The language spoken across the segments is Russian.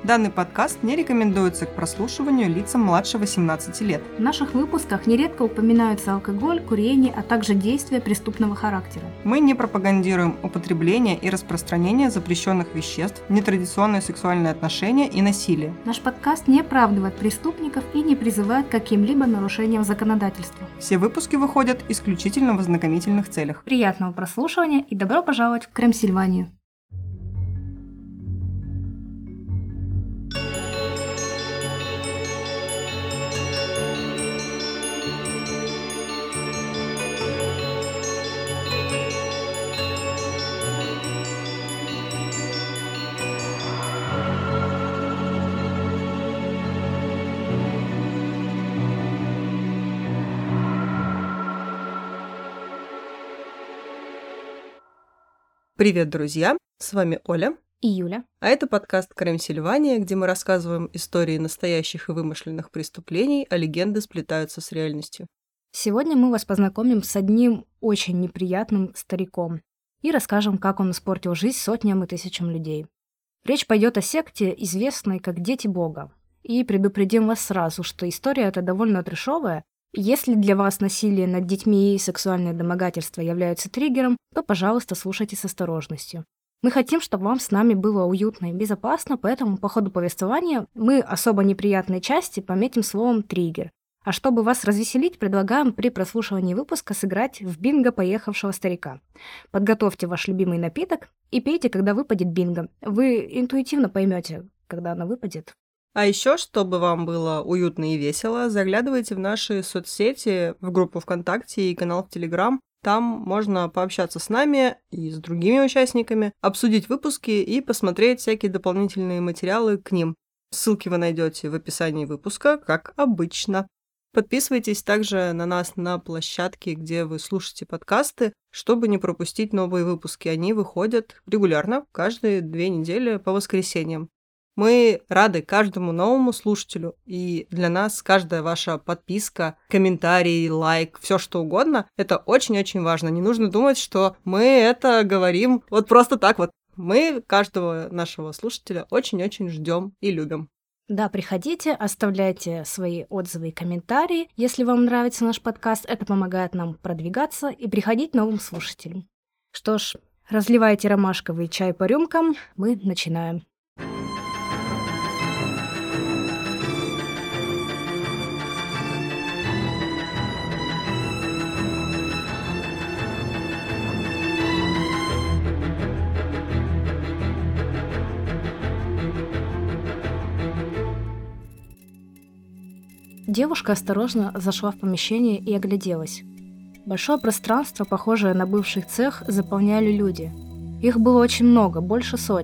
Данный подкаст не рекомендуется к прослушиванию лицам младше 18 лет. В наших выпусках нередко упоминаются алкоголь, курение, а также действия преступного характера. Мы не пропагандируем употребление и распространение запрещенных веществ, нетрадиционные сексуальные отношения и насилие. Наш подкаст не оправдывает преступников и не призывает к каким-либо нарушениям законодательства. Все выпуски выходят исключительно в ознакомительных целях. Приятного прослушивания и добро пожаловать в Крымсильванию! Привет, друзья! С вами Оля И Юля. А это подкаст «Крымсильвания», где мы рассказываем истории настоящих и вымышленных преступлений, а легенды сплетаются с реальностью. Сегодня мы вас познакомим с одним очень неприятным стариком и расскажем, как он испортил жизнь сотням и тысячам людей. Речь пойдет о секте, известной как «Дети Бога». И предупредим вас сразу, что история эта довольно трэшовая. Если для вас насилие над детьми и сексуальное домогательство являются триггером, то, пожалуйста, слушайте с осторожностью. Мы хотим, чтобы вам с нами было уютно и безопасно, поэтому по ходу повествования мы особо неприятные части пометим словом «триггер». А чтобы вас развеселить, предлагаем при прослушивании выпуска сыграть в бинго поехавшего старика. Подготовьте ваш любимый напиток и пейте, когда выпадет бинго. Вы интуитивно поймете, когда она выпадет. А еще, чтобы вам было уютно и весело, заглядывайте в наши соцсети, в группу ВКонтакте и канал в Телеграм. Там можно пообщаться с нами и с другими участниками, обсудить выпуски и посмотреть всякие дополнительные материалы к ним. Ссылки вы найдете в описании выпуска, как обычно. Подписывайтесь также на нас на площадке, где вы слушаете подкасты, чтобы не пропустить новые выпуски. Они выходят регулярно, каждые 2 недели по воскресеньям. Мы рады каждому новому слушателю, и для нас каждая ваша подписка, комментарий, лайк, все что угодно, это очень-очень важно. Не нужно думать, что мы это говорим вот просто так вот. Мы каждого нашего слушателя очень-очень ждем и любим. Да, приходите, оставляйте свои отзывы и комментарии. Если вам нравится наш подкаст, это помогает нам продвигаться и приходить новым слушателям. Что ж, разливайте ромашковый чай по рюмкам, мы начинаем. Девушка осторожно зашла в помещение и огляделась. Большое пространство, похожее на бывший цех, заполняли люди. Их было очень много, больше 100.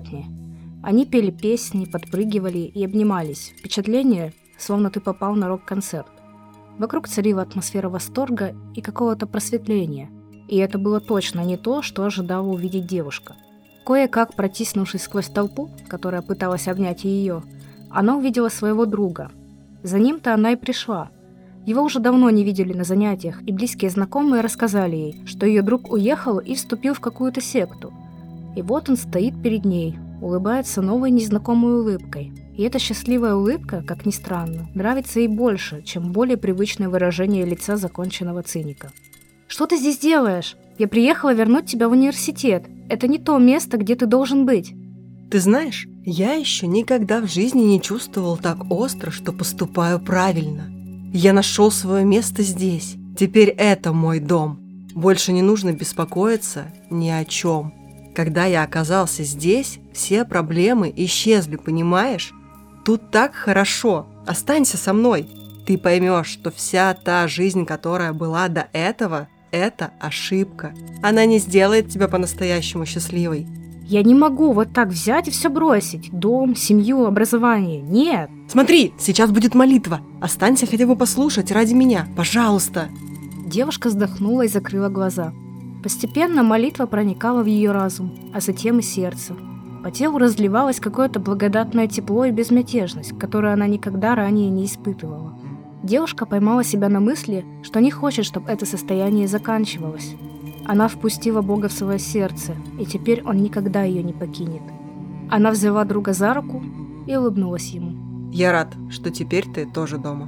Они пели песни, подпрыгивали и обнимались. Впечатление, словно ты попал на рок-концерт. Вокруг царила атмосфера восторга и какого-то просветления. И это было точно не то, что ожидала увидеть девушка. Кое-как протиснувшись сквозь толпу, которая пыталась обнять ее, она увидела своего друга. За ним-то она и пришла. Его уже давно не видели на занятиях, и близкие знакомые рассказали ей, что ее друг уехал и вступил в какую-то секту. И вот он стоит перед ней, улыбается новой незнакомой улыбкой. И эта счастливая улыбка, как ни странно, нравится ей больше, чем более привычное выражение лица законченного циника. «Что ты здесь делаешь? Я приехала вернуть тебя в университет. Это не то место, где ты должен быть». Ты знаешь, я еще никогда в жизни не чувствовал так остро, что поступаю правильно. Я нашел свое место здесь. Теперь это мой дом. Больше не нужно беспокоиться ни о чем. Когда я оказался здесь, все проблемы исчезли, понимаешь? Тут так хорошо. Останься со мной. Ты поймешь, что вся та жизнь, которая была до этого, это ошибка. Она не сделает тебя по-настоящему счастливой. Я не могу вот так взять и все бросить. Дом, семью, образование. Нет. Смотри, сейчас будет молитва. Останься хотя бы послушать ради меня. Пожалуйста. Девушка вздохнула и закрыла глаза. Постепенно молитва проникала в ее разум, а затем и сердце. По телу разливалось какое-то благодатное тепло и безмятежность, которую она никогда ранее не испытывала. Девушка поймала себя на мысли, что не хочет, чтобы это состояние заканчивалось. Она впустила Бога в свое сердце, и теперь он никогда ее не покинет. Она взяла друга за руку, и улыбнулась ему. Я рад, что теперь ты тоже дома.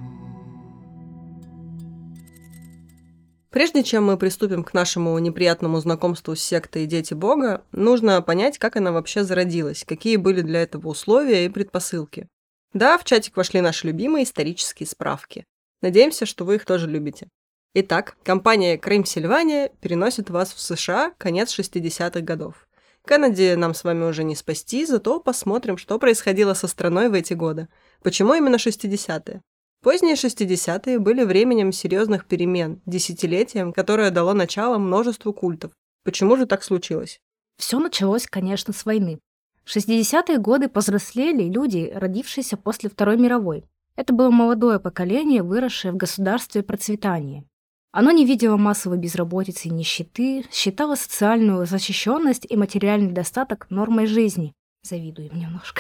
Прежде чем мы приступим к нашему неприятному знакомству с сектой «Дети Бога», нужно понять, как она вообще зародилась, какие были для этого условия и предпосылки. Да, в чатик вошли наши любимые исторические справки. Надеемся, что вы их тоже любите. Итак, компания Крым-Сильвания переносит вас в США конец 60-х годов. Кеннеди нам с вами уже не спасти, зато посмотрим, что происходило со страной в эти годы. Почему именно 60-е? Поздние 60-е были временем серьезных перемен, десятилетием, которое дало начало множеству культов. Почему же так случилось? Все началось, конечно, с войны. В 60-е годы повзрослели люди, родившиеся после Второй мировой. Это было молодое поколение, выросшее в государстве процветания. Оно не видело массовой безработицы и нищеты, считало социальную защищенность и материальный достаток нормой жизни. Завидую им немножко.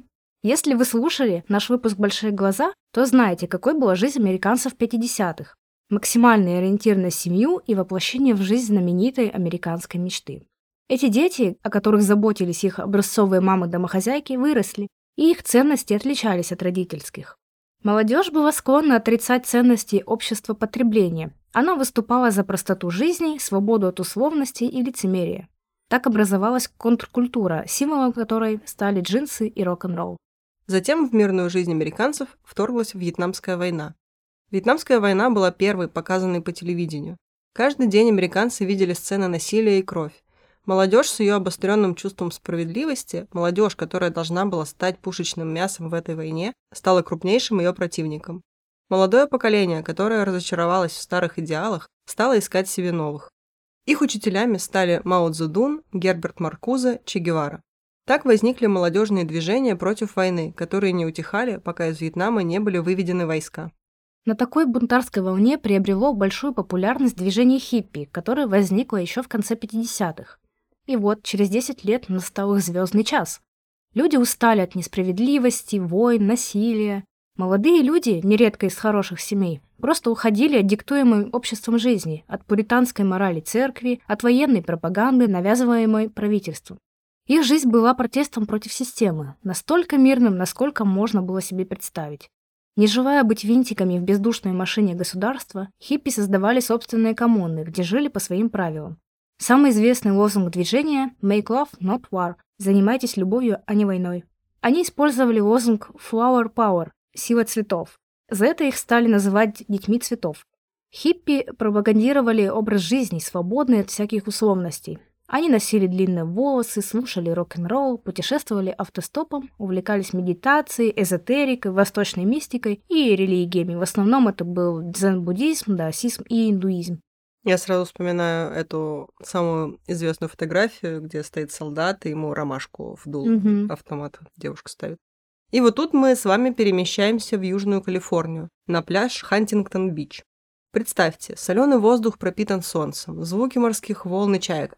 Если вы слушали наш выпуск «Большие глаза», то знаете, какой была жизнь американцев в 50-х. Максимальный ориентир на семью и воплощение в жизнь знаменитой американской мечты. Эти дети, о которых заботились их образцовые мамы-домохозяйки, выросли, и их ценности отличались от родительских. Молодежь была склонна отрицать ценности общества потребления. Она выступала за простоту жизни, свободу от условностей и лицемерия. Так образовалась контркультура, символом которой стали джинсы и рок-н-ролл. Затем в мирную жизнь американцев вторглась Вьетнамская война. Вьетнамская война была первой, показанной по телевидению. Каждый день американцы видели сцены насилия и кровь. Молодежь с ее обостренным чувством справедливости, молодежь, которая должна была стать пушечным мясом в этой войне, стала крупнейшим ее противником. Молодое поколение, которое разочаровалось в старых идеалах, стало искать себе новых. Их учителями стали Мао Цзэдун, Герберт Маркузе, Че Гевара. Так возникли молодежные движения против войны, которые не утихали, пока из Вьетнама не были выведены войска. На такой бунтарской волне приобрело большую популярность движение хиппи, которое возникло еще в конце 50-х. И вот, через 10 лет настал их звездный час. Люди устали от несправедливости, войн, насилия. Молодые люди, нередко из хороших семей, просто уходили от диктуемой обществом жизни, от пуританской морали церкви, от военной пропаганды, навязываемой правительством. Их жизнь была протестом против системы, настолько мирным, насколько можно было себе представить. Не желая быть винтиками в бездушной машине государства, хиппи создавали собственные коммуны, где жили по своим правилам. Самый известный лозунг движения «Make love, not war» – «Занимайтесь любовью, а не войной». Они использовали лозунг «Flower power» – «Сила цветов». За это их стали называть «детьми цветов». Хиппи пропагандировали образ жизни, свободный от всяких условностей. Они носили длинные волосы, слушали рок-н-ролл, путешествовали автостопом, увлекались медитацией, эзотерикой, восточной мистикой и религиями. В основном это был дзен-буддизм, даосизм и индуизм. Я сразу вспоминаю эту самую известную фотографию, где стоит солдат, и ему ромашку в дул автомат девушка ставит. И вот тут мы с вами перемещаемся в Южную Калифорнию, на пляж Хантингтон-Бич. Представьте, соленый воздух пропитан солнцем, звуки морских волн и чаек.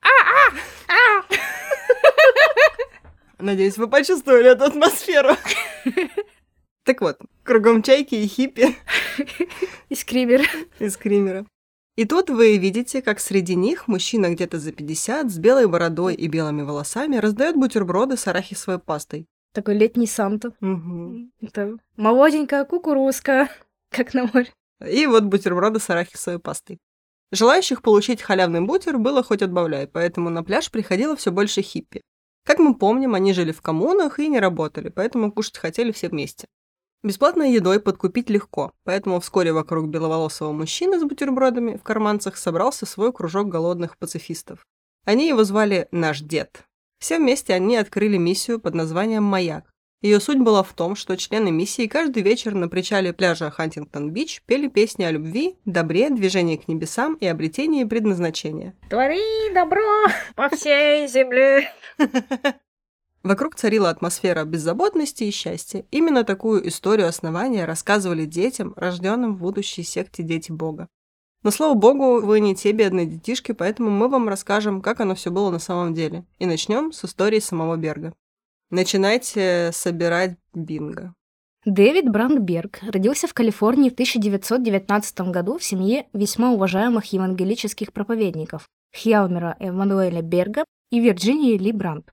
Надеюсь, вы почувствовали эту атмосферу. Так вот, кругом чайки и хиппи. И скримеры. И скримеры. И тут вы видите, как среди них мужчина где-то за 50 с белой бородой и белыми волосами раздает бутерброды с арахисовой пастой. Такой летний Санта. Угу. Это молоденькая кукурузка, как на море. И вот бутерброды с арахисовой пастой. Желающих получить халявный бутер было хоть отбавляй, поэтому на пляж приходило все больше хиппи. Как мы помним, они жили в коммунах и не работали, поэтому кушать хотели все вместе. Бесплатной едой подкупить легко, поэтому вскоре вокруг беловолосого мужчины с бутербродами в карманцах собрался свой кружок голодных пацифистов. Они его звали «Наш дед». Все вместе они открыли миссию под названием «Маяк». Ее суть была в том, что члены миссии каждый вечер на причале пляжа Хантингтон-Бич пели песни о любви, добре, движении к небесам и обретении предназначения. «Твори добро по всей земле». Вокруг царила атмосфера беззаботности и счастья. Именно такую историю основания рассказывали детям, рожденным в будущей секте «Дети Бога». Но, слава богу, вы не те бедные детишки, поэтому мы вам расскажем, как оно все было на самом деле. И начнем с истории самого Берга. Начинайте собирать бинго. Дэвид Брандберг родился в Калифорнии в 1919 году в семье весьма уважаемых евангелических проповедников Хьялмера Эммануэля Берга и Вирджинии Ли Бранд.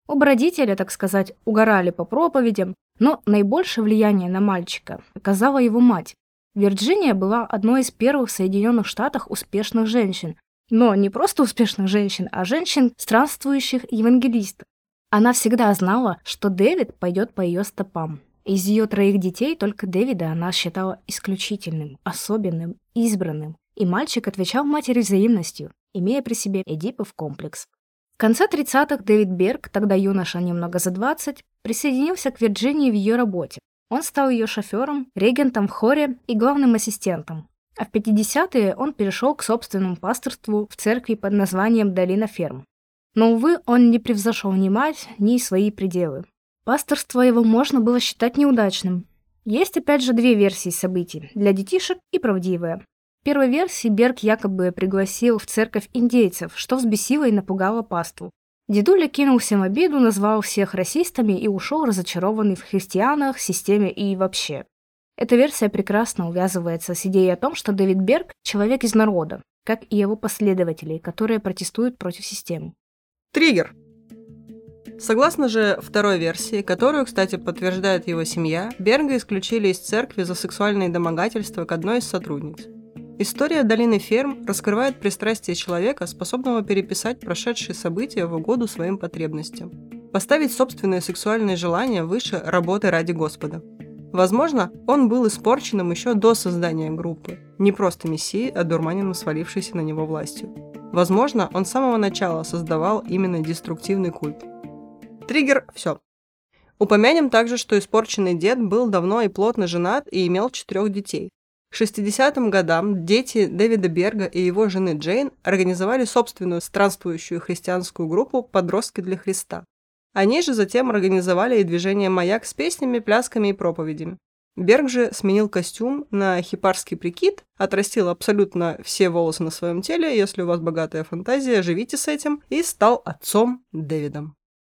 Оба родителя, так сказать, угорали по проповедям, но наибольшее влияние на мальчика оказала его мать. Вирджиния была одной из первых в Соединенных Штатах успешных женщин. Но не просто успешных женщин, а женщин, странствующих евангелистов. Она всегда знала, что Дэвид пойдет по ее стопам. Из ее 3 детей только Дэвида она считала исключительным, особенным, избранным. И мальчик отвечал матери взаимностью, имея при себе Эдипов комплекс. В конце 30-х Дэвид Берг, тогда юноша немного за 20, присоединился к Вирджинии в ее работе. Он стал ее шофером, регентом в хоре и главным ассистентом. А в 50-е он перешел к собственному пасторству в церкви под названием «Долина ферм». Но, увы, он не превзошел ни мать, ни свои пределы. Пасторство его можно было считать неудачным. Есть опять же 2 версии событий, для детишек и правдивая. В первой версии Берг якобы пригласил в церковь индейцев, что взбесило и напугало паству. Дедуля кинул всем обиду, назвал всех расистами и ушел разочарованный в христианах, системе и вообще. Эта версия прекрасно увязывается с идеей о том, что Дэвид Берг – человек из народа, как и его последователи, которые протестуют против системы. Триггер. Согласно же второй версии, которую, кстати, подтверждает его семья, Берга исключили из церкви за сексуальные домогательства к одной из сотрудниц. История долины ферм раскрывает пристрастие человека, способного переписать прошедшие события в угоду своим потребностям, поставить собственные сексуальные желания выше работы ради Господа. Возможно, он был испорченным еще до создания группы, не просто мессией, одурманенным свалившейся на него властью. Возможно, он с самого начала создавал именно деструктивный культ. Триггер – все. Упомянем также, что испорченный дед был давно и плотно женат и имел 4 детей. К 60-м годам дети Дэвида Берга и его жены Джейн организовали собственную странствующую христианскую группу «Подростки для Христа». Они же затем организовали и движение «Маяк» с песнями, плясками и проповедями. Берг же сменил костюм на хипарский прикид, отрастил абсолютно все волосы на своем теле, если у вас богатая фантазия, живите с этим, и стал отцом Дэвидом.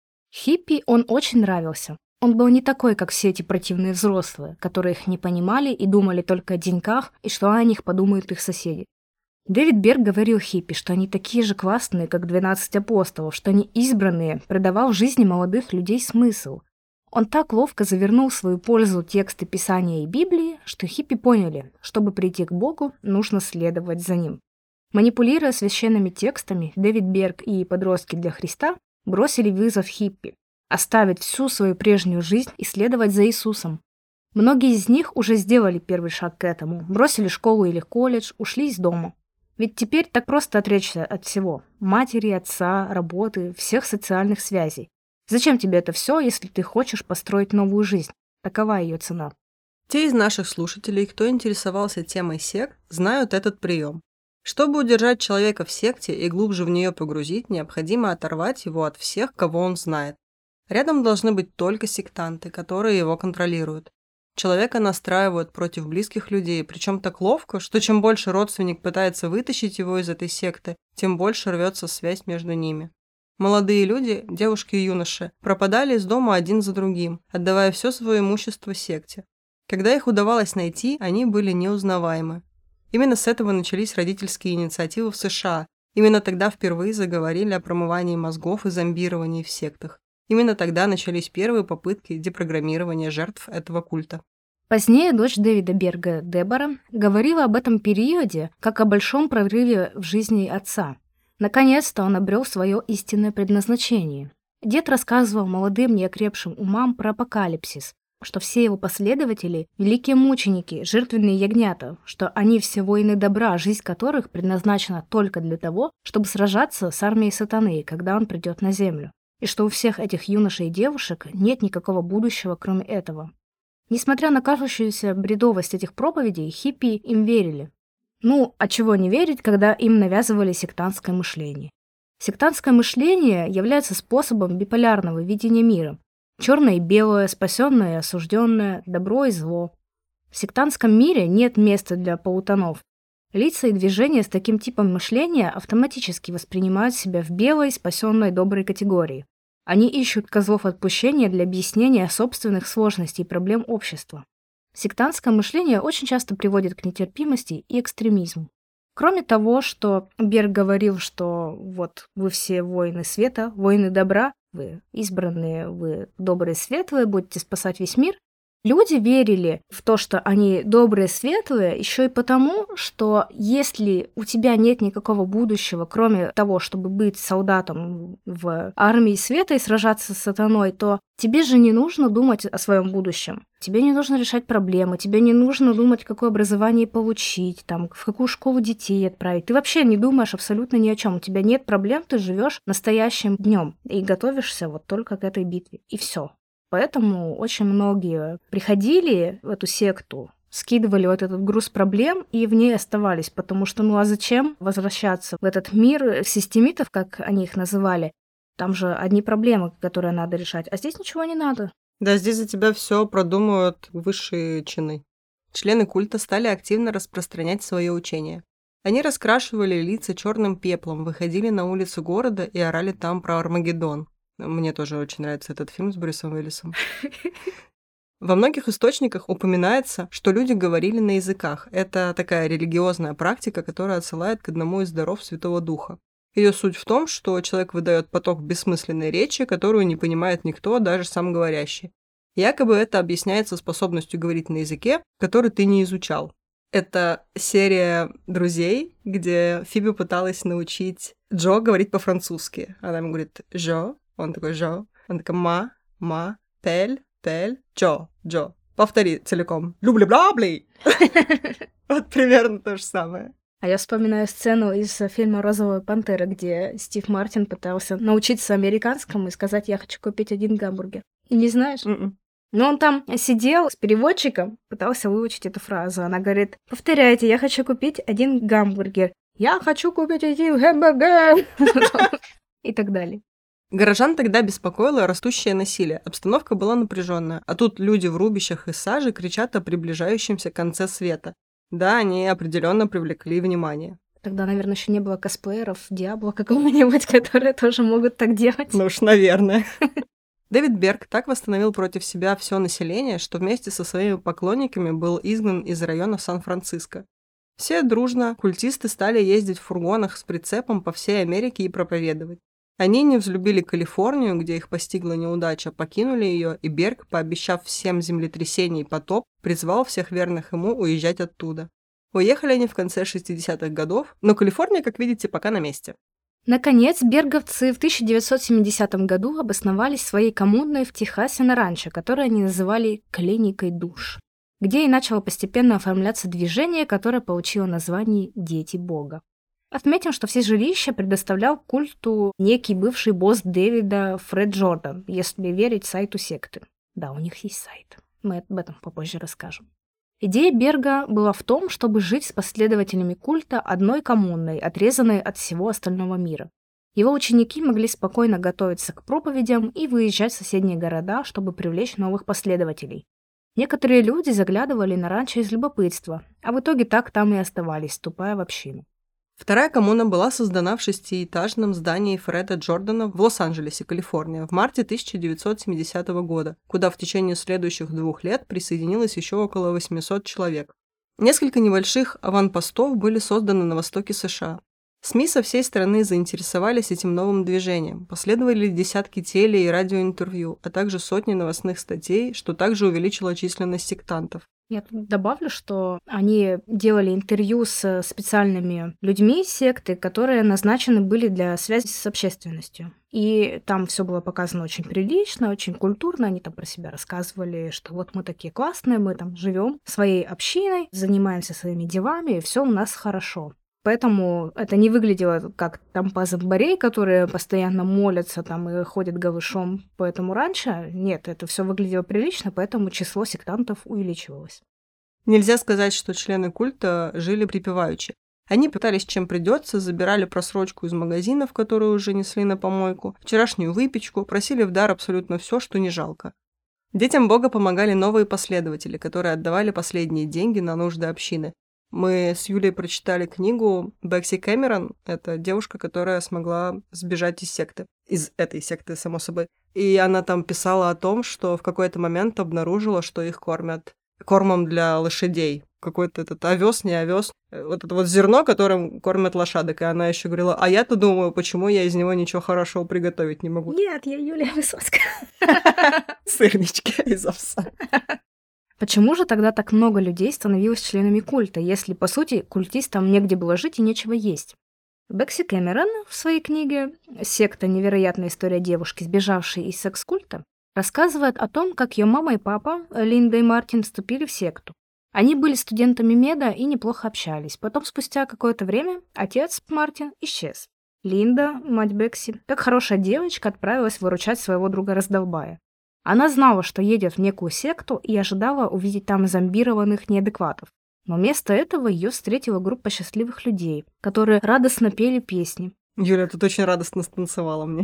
Хиппи он очень нравился. Он был не такой, как все эти противные взрослые, которые их не понимали и думали только о деньгах и что о них подумают их соседи. Дэвид Берг говорил хиппи, что они такие же классные, как 12 апостолов, что они избранные, придавал жизни молодых людей смысл. Он так ловко завернул в свою пользу тексты Писания и Библии, что хиппи поняли, чтобы прийти к Богу, нужно следовать за ним. Манипулируя священными текстами, Дэвид Берг и подростки для Христа бросили вызов хиппи – оставить всю свою прежнюю жизнь и следовать за Иисусом. Многие из них уже сделали первый шаг к этому, бросили школу или колледж, ушли из дома. Ведь теперь так просто отречься от всего – матери, отца, работы, всех социальных связей. Зачем тебе это все, если ты хочешь построить новую жизнь? Такова ее цена. Те из наших слушателей, кто интересовался темой сект, знают этот прием. Чтобы удержать человека в секте и глубже в нее погрузить, необходимо оторвать его от всех, кого он знает. Рядом должны быть только сектанты, которые его контролируют. Человека настраивают против близких людей, причем так ловко, что чем больше родственник пытается вытащить его из этой секты, тем больше рвется связь между ними. Молодые люди, девушки и юноши, пропадали из дома один за другим, отдавая все свое имущество секте. Когда их удавалось найти, они были неузнаваемы. Именно с этого начались родительские инициативы в США. Именно тогда впервые заговорили о промывании мозгов и зомбировании в сектах. Именно тогда начались первые попытки депрограммирования жертв этого культа. Позднее дочь Дэвида Берга, Дебора, говорила об этом периоде как о большом прорыве в жизни отца. Наконец-то он обрел свое истинное предназначение. Дед рассказывал молодым неокрепшим умам про апокалипсис, что все его последователи – великие мученики, жертвенные ягнята, что они все воины добра, жизнь которых предназначена только для того, чтобы сражаться с армией сатаны, когда он придет на землю, и что у всех этих юношей и девушек нет никакого будущего, кроме этого. Несмотря на кажущуюся бредовость этих проповедей, хиппи им верили. Ну, а чего не верить, когда им навязывали сектантское мышление? Сектантское мышление является способом биполярного видения мира. Черное и белое, спасенное и осужденное, добро и зло. В сектантском мире нет места для полутонов. Лица и движения с таким типом мышления автоматически воспринимают себя в белой, спасенной, доброй категории. Они ищут козлов отпущения для объяснения собственных сложностей и проблем общества. Сектантское мышление очень часто приводит к нетерпимости и экстремизму. Кроме того, что Берг говорил, что вот вы все воины света, воины добра, вы избранные, вы добрые, светлые, будете спасать весь мир. Люди верили в то, что они добрые, светлые, еще и потому, что если у тебя нет никакого будущего, кроме того, чтобы быть солдатом в армии света и сражаться с сатаной, то тебе же не нужно думать о своем будущем. Тебе не нужно решать проблемы, тебе не нужно думать, какое образование получить, там, в какую школу детей отправить. Ты вообще не думаешь абсолютно ни о чем. У тебя нет проблем, ты живешь настоящим днем и готовишься вот только к этой битве. И все. Поэтому очень многие приходили в эту секту, скидывали вот этот груз проблем и в ней оставались, потому что, ну а зачем возвращаться в этот мир системитов, как они их называли? Там же одни проблемы, которые надо решать, а здесь ничего не надо. Да, здесь за тебя все продумают высшие чины. Члены культа стали активно распространять свое учение. Они раскрашивали лица черным пеплом, выходили на улицы города и орали там про Армагеддон. Мне тоже очень нравится этот фильм с Брюсом Уиллисом. Во многих источниках упоминается, что люди говорили на языках. Это такая религиозная практика, которая отсылает к одному из даров Святого Духа. Ее суть в том, что человек выдает поток бессмысленной речи, которую не понимает никто, даже сам говорящий. Якобы это объясняется способностью говорить на языке, который ты не изучал. Это серия «Друзей», где Фиби пыталась научить Джо говорить по-французски. Она ему говорит «Жо», он такой «Жо», она такая «Ма», «Пель», «Джо», «Джо». Повтори целиком. «Люблю-бла-бли». Вот примерно то же самое. А я вспоминаю сцену из фильма «Розовая пантера», где Стив Мартин пытался научиться американскому и сказать «я хочу купить 1 гамбургер». И не знаешь? Но он там сидел с переводчиком, пытался выучить эту фразу. Она говорит: повторяйте, я хочу купить 1 гамбургер. Я хочу купить 1 гамбургер. И так далее. Горожан тогда беспокоило растущее насилие. Обстановка была напряженная, а тут люди в рубищах из сажи кричат о приближающемся конце света. Да, они определенно привлекли внимание. Тогда, наверное, еще не было косплееров Диабло какого-нибудь, которые тоже могут так делать. Ну уж, наверное. Дэвид Берг так восстановил против себя все население, что вместе со своими поклонниками был изгнан из района Сан-Франциско. Все дружно, культисты, стали ездить в фургонах с прицепом по всей Америке и проповедовать. Они не взлюбили Калифорнию, где их постигла неудача, покинули ее, и Берг, пообещав всем землетрясение и потоп, призвал всех верных ему уезжать оттуда. Уехали они в конце 60-х годов, но Калифорния, как видите, пока на месте. Наконец, берговцы в 1970 году обосновались своей коммуной в Техасе на ранчо, которое они называли «клиникой душ», где и начало постепенно оформляться движение, которое получило название «Дети Бога». Отметим, что все жилища предоставлял культу некий бывший босс Дэвида Фред Джордан, если верить сайту секты. Да, у них есть сайт. Мы об этом попозже расскажем. Идея Берга была в том, чтобы жить с последователями культа одной коммуной, отрезанной от всего остального мира. Его ученики могли спокойно готовиться к проповедям и выезжать в соседние города, чтобы привлечь новых последователей. Некоторые люди заглядывали на ранчо из любопытства, а в итоге так там и оставались, вступая в общину. Вторая коммуна была создана в 6-этажном здании Фреда Джордана в Лос-Анджелесе, Калифорния, в марте 1970 года, куда в течение следующих 2 лет присоединилось еще около 800 человек. Несколько небольших аванпостов были созданы на востоке США. СМИ со всей страны заинтересовались этим новым движением, последовали десятки теле- и радиоинтервью, а также сотни новостных статей, что также увеличило численность сектантов. Я тут добавлю, что они делали интервью с специальными людьми секты, которые назначены были для связи с общественностью. И там все было показано очень прилично, очень культурно. Они там про себя рассказывали, что вот мы такие классные, мы там живем своей общиной, занимаемся своими делами, и все у нас хорошо. Поэтому это не выглядело как тампа зомбарей, которые постоянно молятся там и ходят голышом по этому ранчо. Нет, это все выглядело прилично, поэтому число сектантов увеличивалось. Нельзя сказать, что члены культа жили припеваючи. Они пытались чем придется, забирали просрочку из магазинов, которые уже несли на помойку, вчерашнюю выпечку, просили в дар абсолютно все, что не жалко. Детям Бога помогали новые последователи, которые отдавали последние деньги на нужды общины. Мы с Юлей прочитали книгу Бекси Кэмерон. Это девушка, которая смогла сбежать из секты. Из этой секты, само собой. И она там писала о том, что в какой-то момент обнаружила, что их кормят кормом для лошадей. какой-то этот овес, не овес, вот это вот зерно, которым кормят лошадок. И она еще говорила, а я-то думаю, почему я из него ничего хорошего приготовить не могу. Нет, я Юлия Высоцкая. Сырнички из овса. Почему же тогда так много людей становилось членами культа, если, по сути, культистам негде было жить и нечего есть? Бекси Кэмерон в своей книге «Секта. Невероятная история девушки, сбежавшей из секс-культа» рассказывает о том, как ее мама и папа, Линда и Мартин, вступили в секту. Они были студентами меда и неплохо общались. Потом, спустя какое-то время, отец Мартин исчез. Линда, мать Бекси, как хорошая девочка, отправилась выручать своего друга-раздолбая. Она знала, что едет в некую секту и ожидала увидеть там зомбированных неадекватов. Но вместо этого ее встретила группа счастливых людей, которые радостно пели песни. Юля, тут очень радостно станцевала мне.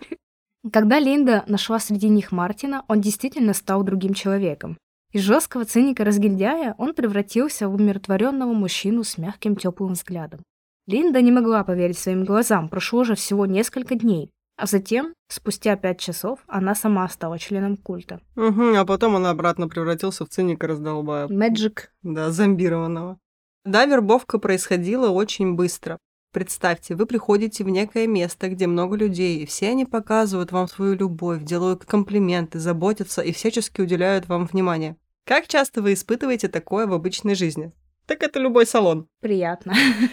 Когда Линда нашла среди них Мартина, он действительно стал другим человеком. Из жесткого циника-разгильдяя он превратился в умиротворенного мужчину с мягким теплым взглядом. Линда не могла поверить своим глазам, прошло же всего несколько дней. А затем, спустя 5 часов, она сама стала членом культа. А потом она обратно превратился в циника-раздолбая. Мэджик. Да, зомбированного. Да, вербовка происходила очень быстро. Представьте, вы приходите в некое место, где много людей, и все они показывают вам свою любовь, делают комплименты, заботятся и всячески уделяют вам внимание. Как часто вы испытываете такое в обычной жизни? Так это любой салон. Приятно.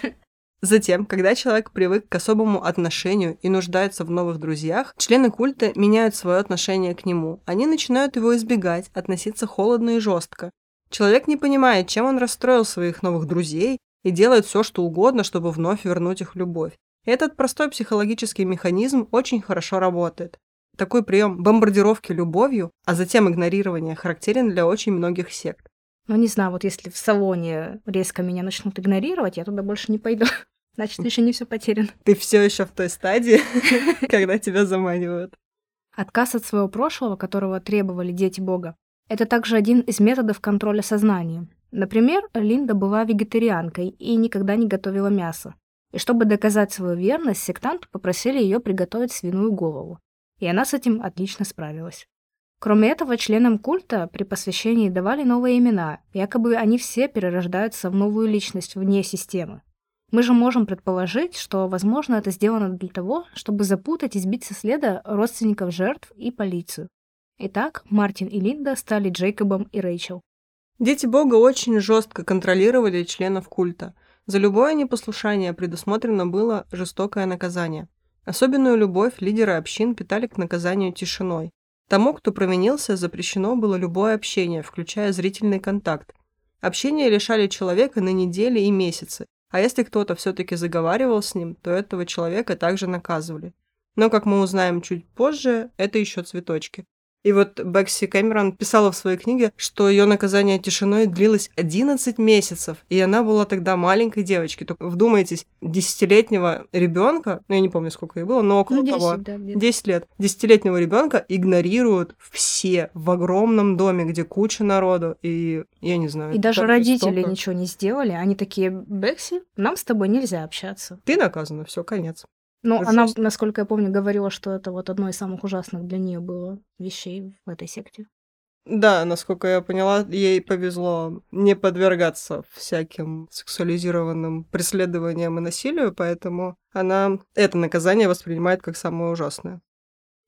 Затем, когда человек привык к особому отношению и нуждается в новых друзьях, члены культа меняют свое отношение к нему. Они начинают его избегать, относиться холодно и жестко. Человек не понимает, чем он расстроил своих новых друзей, и делает все, что угодно, чтобы вновь вернуть их любовь. Этот простой психологический механизм очень хорошо работает. Такой прием бомбардировки любовью, а затем игнорирования характерен для очень многих сект. Ну, не знаю, вот если в салоне резко меня начнут игнорировать, я туда больше не пойду. Значит, еще не все потеряно. Ты все еще в той стадии, когда тебя заманивают. Отказ от своего прошлого, которого требовали дети Бога, это также один из методов контроля сознания. Например, Линда была вегетарианкой и никогда не готовила мясо. И чтобы доказать свою верность, сектанты попросили ее приготовить свиную голову. И она с этим отлично справилась. Кроме этого, членам культа при посвящении давали новые имена, якобы они все перерождаются в новую личность вне системы. Мы же можем предположить, что, возможно, это сделано для того, чтобы запутать и сбить со следа родственников жертв и полицию. Итак, Мартин и Линда стали Джейкобом и Рэйчел. Дети Бога очень жестко контролировали членов культа. За любое непослушание предусмотрено было жестокое наказание. Особенную любовь лидеры общин питали к наказанию тишиной. Тому, кто провинился, запрещено было любое общение, включая зрительный контакт. Общение лишали человека на недели и месяцы, а если кто-то все-таки заговаривал с ним, то этого человека также наказывали. Но, как мы узнаем чуть позже, это еще цветочки. И вот Бекси Кэмерон писала в своей книге, что ее наказание тишиной длилось 11 месяцев, и она была тогда маленькой девочкой. Только вдумайтесь, 10-летнего ребенка, ну я не помню, сколько ей было, но около 10, того, да, 10 лет, 10-летнего ребенка игнорируют все в огромном доме, где куча народу, и я не знаю. И даже родители жестоко. ничего не сделали, они такие: Бекси, нам с тобой нельзя общаться. Ты наказана, все, конец. Ну, Это она, жестко. насколько я помню, говорила, что это вот одно из самых ужасных для нее было вещей в этой секте. Да, насколько я поняла, ей повезло не подвергаться всяким сексуализированным преследованиям и насилию, поэтому она это наказание воспринимает как самое ужасное. В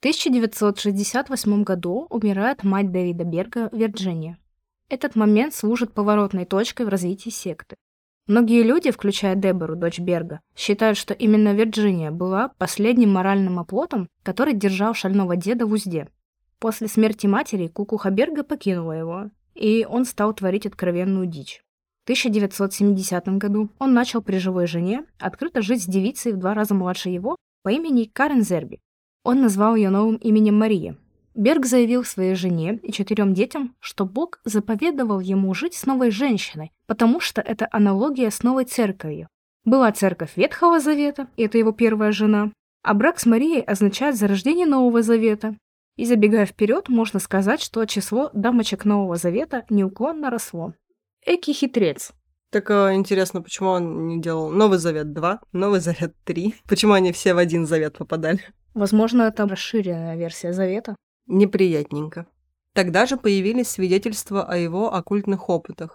1968 году умирает мать Дэвида Берга, Вирджиния. Этот момент служит поворотной точкой в развитии секты. Многие люди, включая Дебору, дочь Берга, считают, что именно Вирджиния была последним моральным оплотом, который держал шального деда в узде. После смерти матери кукуха Берга покинула его, и он стал творить откровенную дичь. В 1970 году он начал при живой жене открыто жить с девицей в 2 раза младше его по имени Карен Зерби. Он назвал ее новым именем Мария. Берг заявил своей жене и 4 детям, что Бог заповедовал ему жить с новой женщиной, потому что это аналогия с новой церковью. Была церковь Ветхого Завета, и это его первая жена, а брак с Марией означает зарождение Нового Завета. И забегая вперед, можно сказать, что число дамочек Нового Завета неуклонно росло. Эки хитрец. Так интересно, почему он не делал Новый Завет 2, Новый Завет 3? Почему они все в один завет попадали? Возможно, это расширенная версия Завета. Неприятненько. Тогда же появились свидетельства о его оккультных опытах.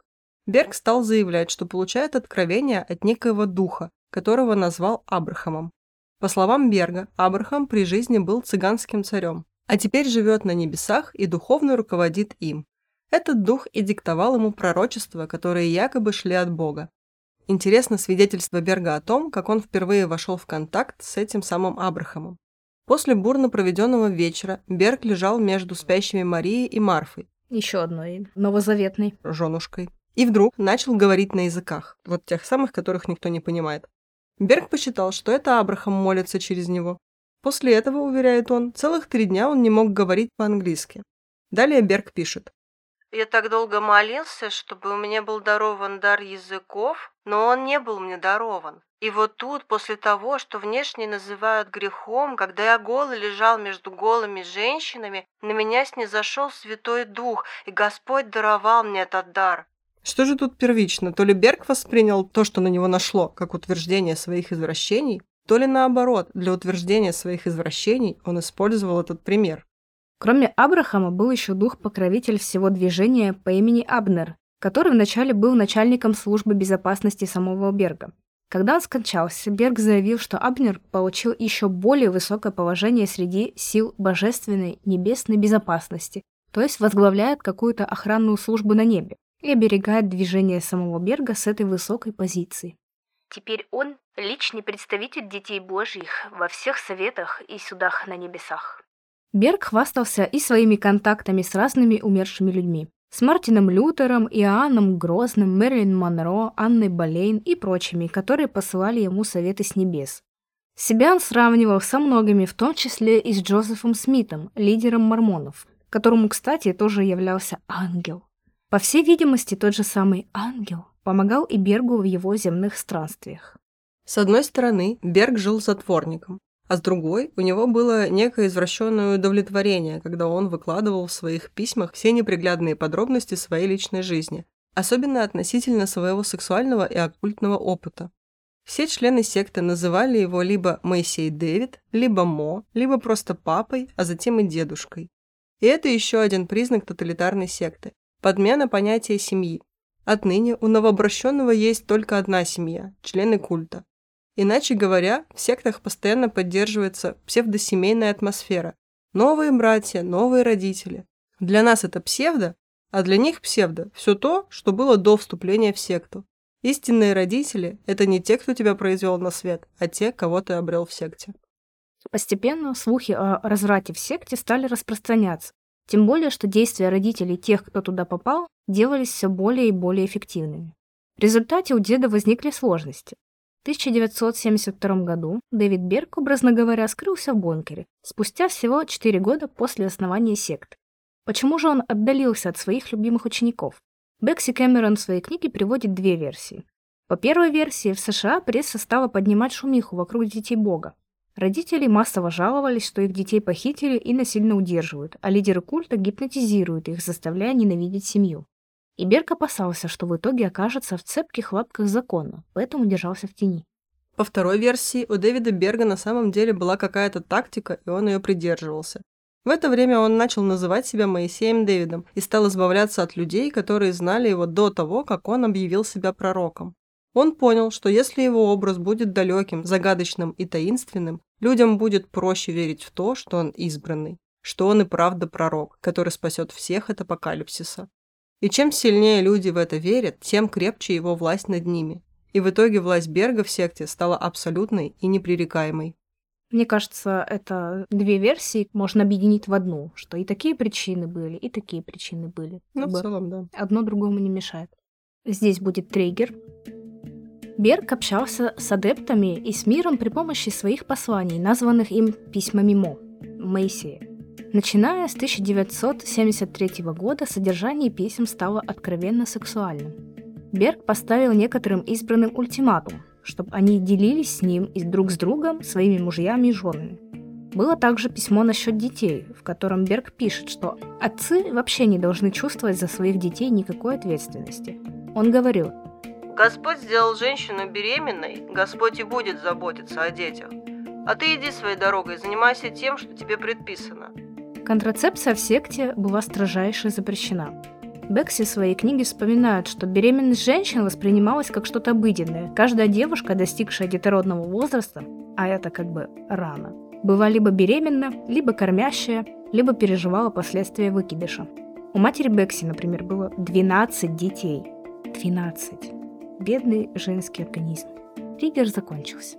Берг стал заявлять, что получает откровение от некоего духа, которого назвал Абрахамом. По словам Берга, Абрахам при жизни был цыганским царем, а теперь живет на небесах и духовно руководит им. Этот дух и диктовал ему пророчества, которые якобы шли от Бога. Интересно свидетельство Берга о том, как он впервые вошел в контакт с этим самым Абрахамом. После бурно проведенного вечера Берг лежал между спящими Марией и Марфой, Еще одной новозаветной. женушкой, и вдруг начал говорить на языках, вот тех самых, которых никто не понимает. Берг посчитал, что это Абрахам молится через него. После этого, уверяет он, целых 3 дня он не мог говорить по-английски. Далее Берг пишет. «Я так долго молился, чтобы мне был дарован дар языков, но он не был мне дарован. И вот тут, после того, что внешне называют грехом, когда я голый лежал между голыми женщинами, на меня снизошел Святой Дух, и Господь даровал мне этот дар». Что же тут первично? То ли Берг воспринял то, что на него нашло, как утверждение своих извращений, то ли наоборот, для утверждения своих извращений он использовал этот пример. Кроме Абрахама был еще дух-покровитель всего движения по имени Абнер, который вначале был начальником службы безопасности самого Берга. Когда он скончался, Берг заявил, что Абнер получил еще более высокое положение среди сил божественной небесной безопасности, то есть возглавляет какую-то охранную службу на небе и оберегает движение самого Берга с этой высокой позиции. Теперь он – личный представитель детей Божьих во всех советах и судах на небесах. Берг хвастался и своими контактами с разными умершими людьми. С Мартином Лютером, Иоанном Грозным, Мэрилин Монро, Анной Болейн и прочими, которые посылали ему советы с небес. Себя он сравнивал со многими, в том числе и с Джозефом Смитом, лидером мормонов, которому, кстати, тоже являлся ангел. По всей видимости, тот же самый ангел помогал и Бергу в его земных странствиях. С одной стороны, Берг жил затворником, а с другой, у него было некое извращенное удовлетворение, когда он выкладывал в своих письмах все неприглядные подробности своей личной жизни, особенно относительно своего сексуального и оккультного опыта. Все члены секты называли его либо Моисей Дэвид, либо Мо, либо просто папой, а затем и дедушкой. И это еще один признак тоталитарной секты – подмена понятия семьи. Отныне у новообращенного есть только одна семья – члены культа. Иначе говоря, в сектах постоянно поддерживается псевдосемейная атмосфера. Новые братья, новые родители. Для нас это псевдо, а для них псевдо – все то, что было до вступления в секту. Истинные родители – это не те, кто тебя произвел на свет, а те, кого ты обрел в секте. Постепенно слухи о разврате в секте стали распространяться, тем более, что действия родителей тех, кто туда попал, делались все более и более эффективными. В результате у деда возникли сложности. В 1972 году Дэвид Берг, образно говоря, скрылся в бункере, спустя всего 4 года после основания секты. Почему же он отдалился от своих любимых учеников? Бекси Кэмерон в своей книге приводит 2 версии. По первой версии, в США пресса стала поднимать шумиху вокруг детей Бога. Родители массово жаловались, что их детей похитили и насильно удерживают, а лидеры культа гипнотизируют их, заставляя ненавидеть семью. И Берг опасался, что в итоге окажется в цепких лапках закона, поэтому держался в тени. По второй версии, у Дэвида Берга на самом деле была какая-то тактика, и он ее придерживался. В это время он начал называть себя Моисеем Дэвидом и стал избавляться от людей, которые знали его до того, как он объявил себя пророком. Он понял, что если его образ будет далеким, загадочным и таинственным, людям будет проще верить в то, что он избранный, что он и правда пророк, который спасет всех от апокалипсиса. И чем сильнее люди в это верят, тем крепче его власть над ними. И в итоге власть Берга в секте стала абсолютной и непререкаемой. Мне кажется, это 2 версии можно объединить в одну, что и такие причины были, и такие причины были. Ну, в целом, да. Одно другому не мешает. Здесь будет триггер. Берг общался с адептами и с миром при помощи своих посланий, названных им письмами Моисея. Начиная с 1973 года содержание писем стало откровенно сексуальным. Берг поставил некоторым избранным ультиматум, чтобы они делились с ним и друг с другом своими мужьями и женами. Было также письмо насчет детей, в котором Берг пишет, что отцы вообще не должны чувствовать за своих детей никакой ответственности. Он говорил: «Господь сделал женщину беременной, Господь и будет заботиться о детях. А ты иди своей дорогой, занимайся тем, что тебе предписано». Контрацепция в секте была строжайше запрещена. Бекси в своей книге вспоминает, что беременность женщин воспринималась как что-то обыденное. Каждая девушка, достигшая детородного возраста, а это как бы рано, была либо беременна, либо кормящая, либо переживала последствия выкидыша. У матери Бекси, например, было 12 детей. 12. Бедный женский организм. Триггер закончился.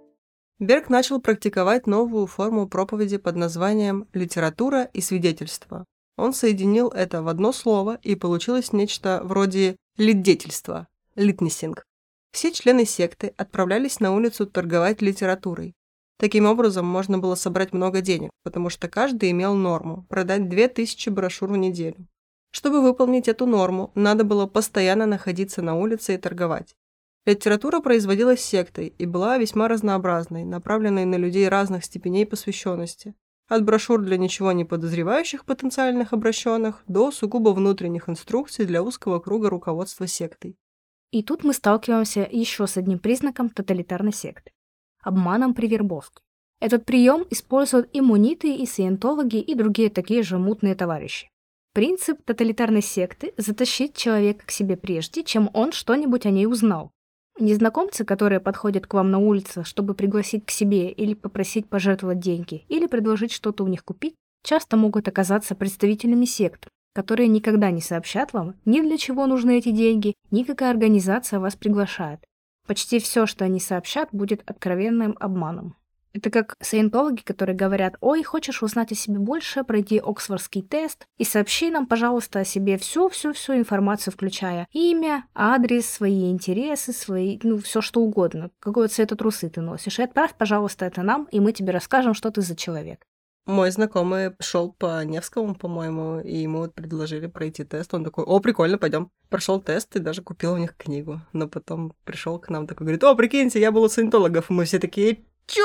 Берг начал практиковать новую форму проповеди под названием «литература и свидетельство». Он соединил это в одно слово, и получилось нечто вроде литдетельства – литнесинг. Все члены секты отправлялись на улицу торговать литературой. Таким образом, можно было собрать много денег, потому что каждый имел норму – продать 2000 брошюр в неделю. Чтобы выполнить эту норму, надо было постоянно находиться на улице и торговать. Литература производилась сектой и была весьма разнообразной, направленной на людей разных степеней посвященности. От брошюр для ничего не подозревающих потенциальных обращенных до сугубо внутренних инструкций для узкого круга руководства сектой. И тут мы сталкиваемся еще с одним признаком тоталитарной секты – обманом при вербовке. Этот прием используют и муниты, и саентологи, и другие такие же мутные товарищи. Принцип тоталитарной секты – затащить человека к себе прежде, чем он что-нибудь о ней узнал. Незнакомцы, которые подходят к вам на улице, чтобы пригласить к себе или попросить пожертвовать деньги, или предложить что-то у них купить, часто могут оказаться представителями сект, которые никогда не сообщат вам, ни для чего нужны эти деньги, ни какая организация вас приглашает. Почти все, что они сообщат, будет откровенным обманом. Это как саентологи, которые говорят: «Ой, хочешь узнать о себе больше, пройди Оксфордский тест и сообщи нам, пожалуйста, о себе всю информацию, включая имя, адрес, свои интересы, все что угодно, какого цвета трусы ты носишь, и отправь, пожалуйста, это нам, и мы тебе расскажем, что ты за человек». Мой знакомый шел по Невскому, по-моему, и ему предложили пройти тест. Он такой: «О, прикольно, пойдем». Прошел тест и даже купил у них книгу. Но потом пришел к нам такой, говорит: «О, прикиньте, я был у саентологов». И мы все такие: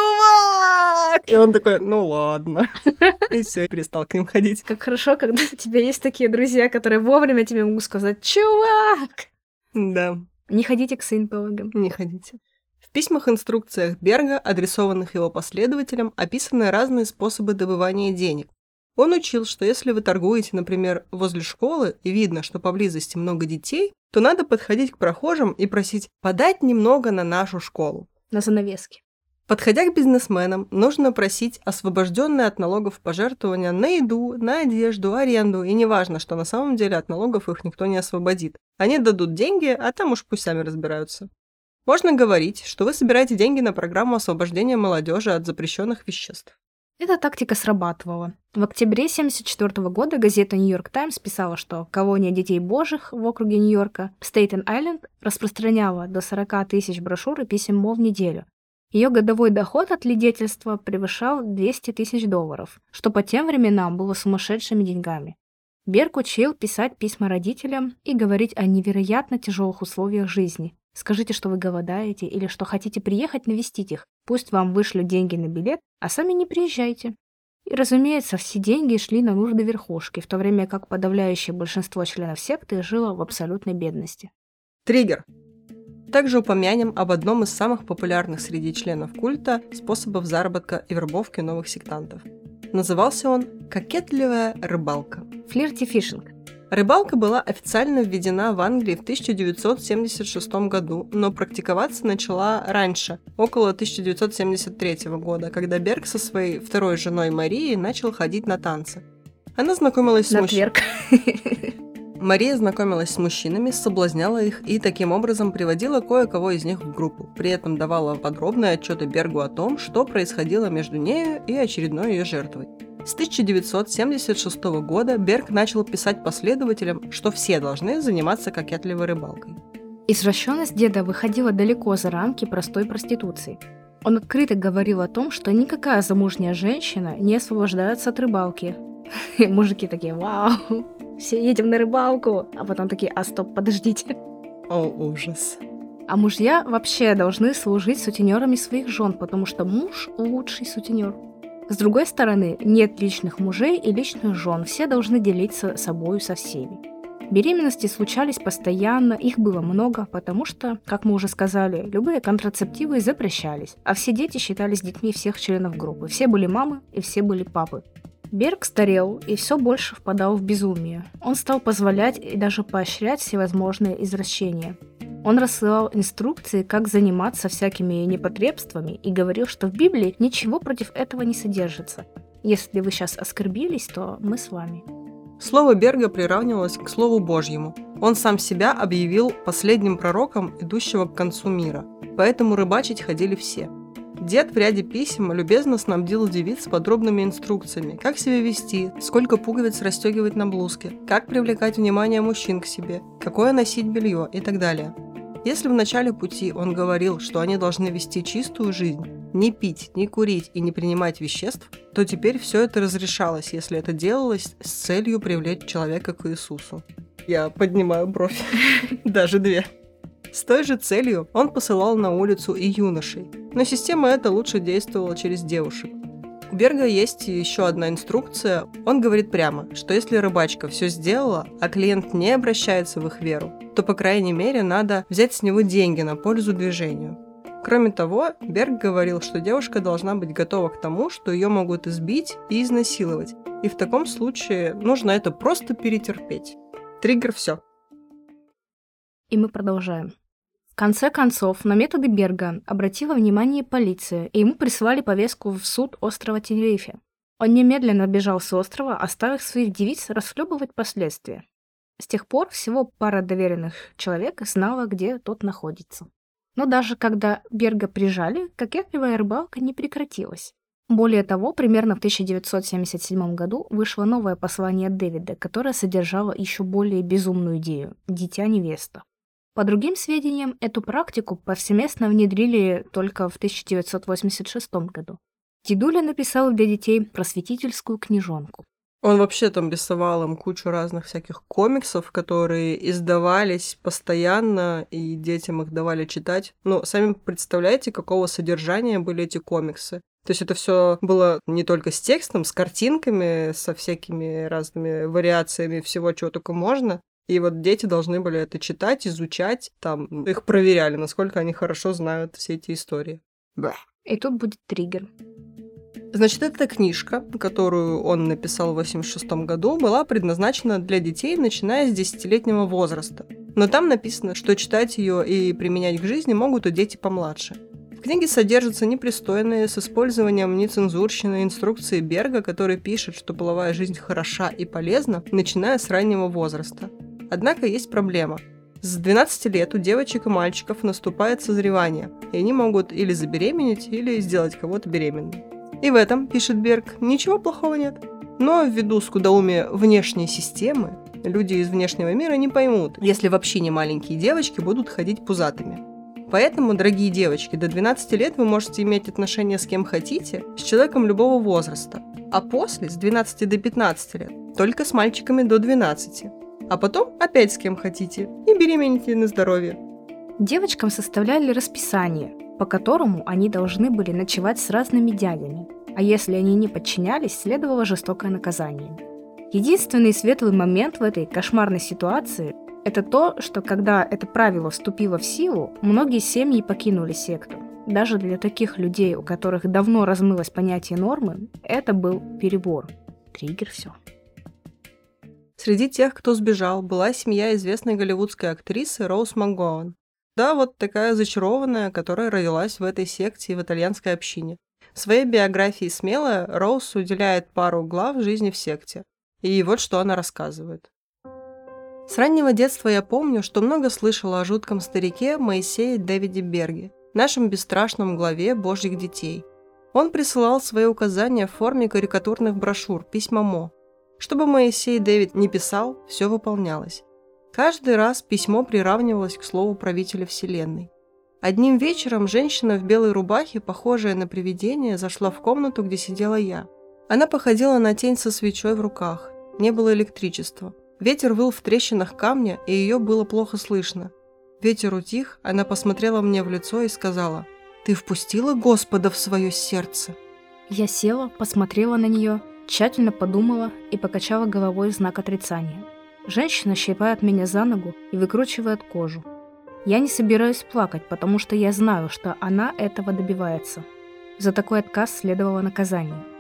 «Чувак!» И он такой: «Ну ладно». И все, перестал к ним ходить. Как хорошо, когда у тебя есть такие друзья, которые вовремя тебе могут сказать: «Чувак!» Да. Не ходите к саентологам. Не ходите. В письмах-инструкциях Берга, адресованных его последователям, описаны разные способы добывания денег. Он учил, что если вы торгуете, например, возле школы, и видно, что поблизости много детей, то надо подходить к прохожим и просить подать немного на нашу школу. На занавески. Подходя к бизнесменам, нужно просить освобожденные от налогов пожертвования на еду, на одежду, аренду, и неважно, что на самом деле от налогов их никто не освободит. Они дадут деньги, а там уж пусть сами разбираются. Можно говорить, что вы собираете деньги на программу освобождения молодежи от запрещенных веществ. Эта тактика срабатывала. В октябре 1974 года газета «Нью-Йорк Таймс» писала, что колония детей божьих в округе Нью-Йорка, Стейтен-Айленд, распространяла до 40 тысяч брошюр и писем в неделю. Ее годовой доход от лидительства превышал $200 тысяч, что по тем временам было сумасшедшими деньгами. Берг учил писать письма родителям и говорить о невероятно тяжелых условиях жизни. Скажите, что вы голодаете или что хотите приехать навестить их. Пусть вам вышлют деньги на билет, а сами не приезжайте. И, разумеется, все деньги шли на нужды верхушки, в то время как подавляющее большинство членов секты жило в абсолютной бедности. Триггер. Также упомянем об одном из самых популярных среди членов культа способов заработка и вербовки новых сектантов. Назывался он «кокетливая рыбалка». Флирти-фишинг. Рыбалка была официально введена в Англии в 1976 году, но практиковаться начала раньше, около 1973 года, когда Берг со своей второй женой Марией начал ходить на танцы. Она знакомилась с Мария знакомилась с мужчинами, соблазняла их и таким образом приводила кое-кого из них в группу. При этом давала подробные отчеты Бергу о том, что происходило между нею и очередной ее жертвой. С 1976 года Берг начал писать последователям, что все должны заниматься кокетливой рыбалкой. Извращенность деда выходила далеко за рамки простой проституции. Он открыто говорил о том, что никакая замужняя женщина не освобождается от рыбалки. И мужики такие: «Вау, все едем на рыбалку», а потом такие: «А стоп, подождите». О, ужас. А мужья вообще должны служить сутенерами своих жен, потому что муж – лучший сутенер. С другой стороны, нет личных мужей и личных жен, все должны делиться собою со всеми. Беременности случались постоянно, их было много, потому что, как мы уже сказали, любые контрацептивы запрещались, а все дети считались детьми всех членов группы. Все были мамы и все были папы. Берг старел и все больше впадал в безумие. Он стал позволять и даже поощрять всевозможные извращения. Он рассылал инструкции, как заниматься всякими непотребствами, и говорил, что в Библии ничего против этого не содержится. Если вы сейчас оскорбились, то мы с вами. Слово Берга приравнивалось к Слову Божьему. Он сам себя объявил последним пророком, идущего к концу мира. Поэтому рыбачить ходили все. Дед в ряде писем любезно снабдил девиц подробными инструкциями, как себя вести, сколько пуговиц расстегивать на блузке, как привлекать внимание мужчин к себе, какое носить белье и так далее. Если в начале пути он говорил, что они должны вести чистую жизнь, не пить, не курить и не принимать веществ, то теперь все это разрешалось, если это делалось с целью привлечь человека к Иисусу. Я поднимаю бровь. Даже две. С той же целью он посылал на улицу и юношей, но система эта лучше действовала через девушек. У Берга есть еще одна инструкция. Он говорит прямо, что если рыбачка все сделала, а клиент не обращается в их веру, то, по крайней мере, надо взять с него деньги на пользу движению. Кроме того, Берг говорил, что девушка должна быть готова к тому, что ее могут избить и изнасиловать, и в таком случае нужно это просто перетерпеть. Триггер все. И мы продолжаем. В конце концов, на методы Берга обратила внимание полиция, и ему прислали повестку в суд острова Тенерифе. Он немедленно бежал с острова, оставив своих девиц расхлебывать последствия. С тех пор всего пара доверенных человек знала, где тот находится. Но даже когда Берга прижали, кокетливая рыбалка не прекратилась. Более того, примерно в 1977 году вышло новое послание Дэвида, которое содержало еще более безумную идею – дитя-невеста. По другим сведениям, эту практику повсеместно внедрили только в 1986 году. Дедуля написал для детей просветительскую книжонку. Он вообще там рисовал им кучу разных всяких комиксов, которые издавались постоянно, и детям их давали читать. Ну, сами представляете, какого содержания были эти комиксы? То есть это все было не только с текстом, с картинками, со всякими разными вариациями всего, чего только можно. И вот дети должны были это читать, изучать, там их проверяли, насколько они хорошо знают все эти истории. Бах. И тут будет триггер. Значит, эта книжка, которую он написал в 1986 году, была предназначена для детей, начиная с 10-летнего возраста. Но там написано, что читать ее и применять к жизни могут и дети помладше. В книге содержатся непристойные, с использованием нецензурщины инструкции Берга, который пишет, что половая жизнь хороша и полезна, начиная с раннего возраста. Однако есть проблема. С 12 лет у девочек и мальчиков наступает созревание, и они могут или забеременеть, или сделать кого-то беременным. И в этом, пишет Берг, ничего плохого нет. Но ввиду скудоумия внешней системы, люди из внешнего мира не поймут, если вообще не маленькие девочки будут ходить пузатыми. Поэтому, дорогие девочки, до 12 лет вы можете иметь отношения с кем хотите, с человеком любого возраста, а после, с 12 до 15 лет, только с мальчиками до 12. А потом опять с кем хотите и беременните на здоровье. Девочкам составляли расписание, по которому они должны были ночевать с разными дядями, а если они не подчинялись, следовало жестокое наказание. Единственный светлый момент в этой кошмарной ситуации – это то, что когда это правило вступило в силу, многие семьи покинули секту. Даже для таких людей, у которых давно размылось понятие нормы, это был перебор. Триггер все. Среди тех, кто сбежал, была семья известной голливудской актрисы Роуз МакГоуан. Да, вот такая зачарованная, которая родилась в этой секте и в итальянской общине. В своей биографии «Смелая» Роуз уделяет пару глав жизни в секте. И вот что она рассказывает. С раннего детства я помню, что много слышала о жутком старике Моисее Дэвиде Берге, нашем бесстрашном главе Божьих детей. Он присылал свои указания в форме карикатурных брошюр, письма Мо. Чтобы Моисей Дэвид не писал, все выполнялось. Каждый раз письмо приравнивалось к слову правителя Вселенной. Одним вечером женщина в белой рубахе, похожая на привидение, зашла в комнату, где сидела я. Она походила на тень со свечой в руках. Не было электричества. Ветер выл в трещинах камня, и ее было плохо слышно. Ветер утих, она посмотрела мне в лицо и сказала: «Ты впустила Господа в свое сердце?» Я села, посмотрела на нее, тщательно подумала и покачала головой в знак отрицания. Женщина щипает меня за ногу и выкручивает кожу. Я не собираюсь плакать, потому что я знаю, что она этого добивается. За такой отказ следовало наказание.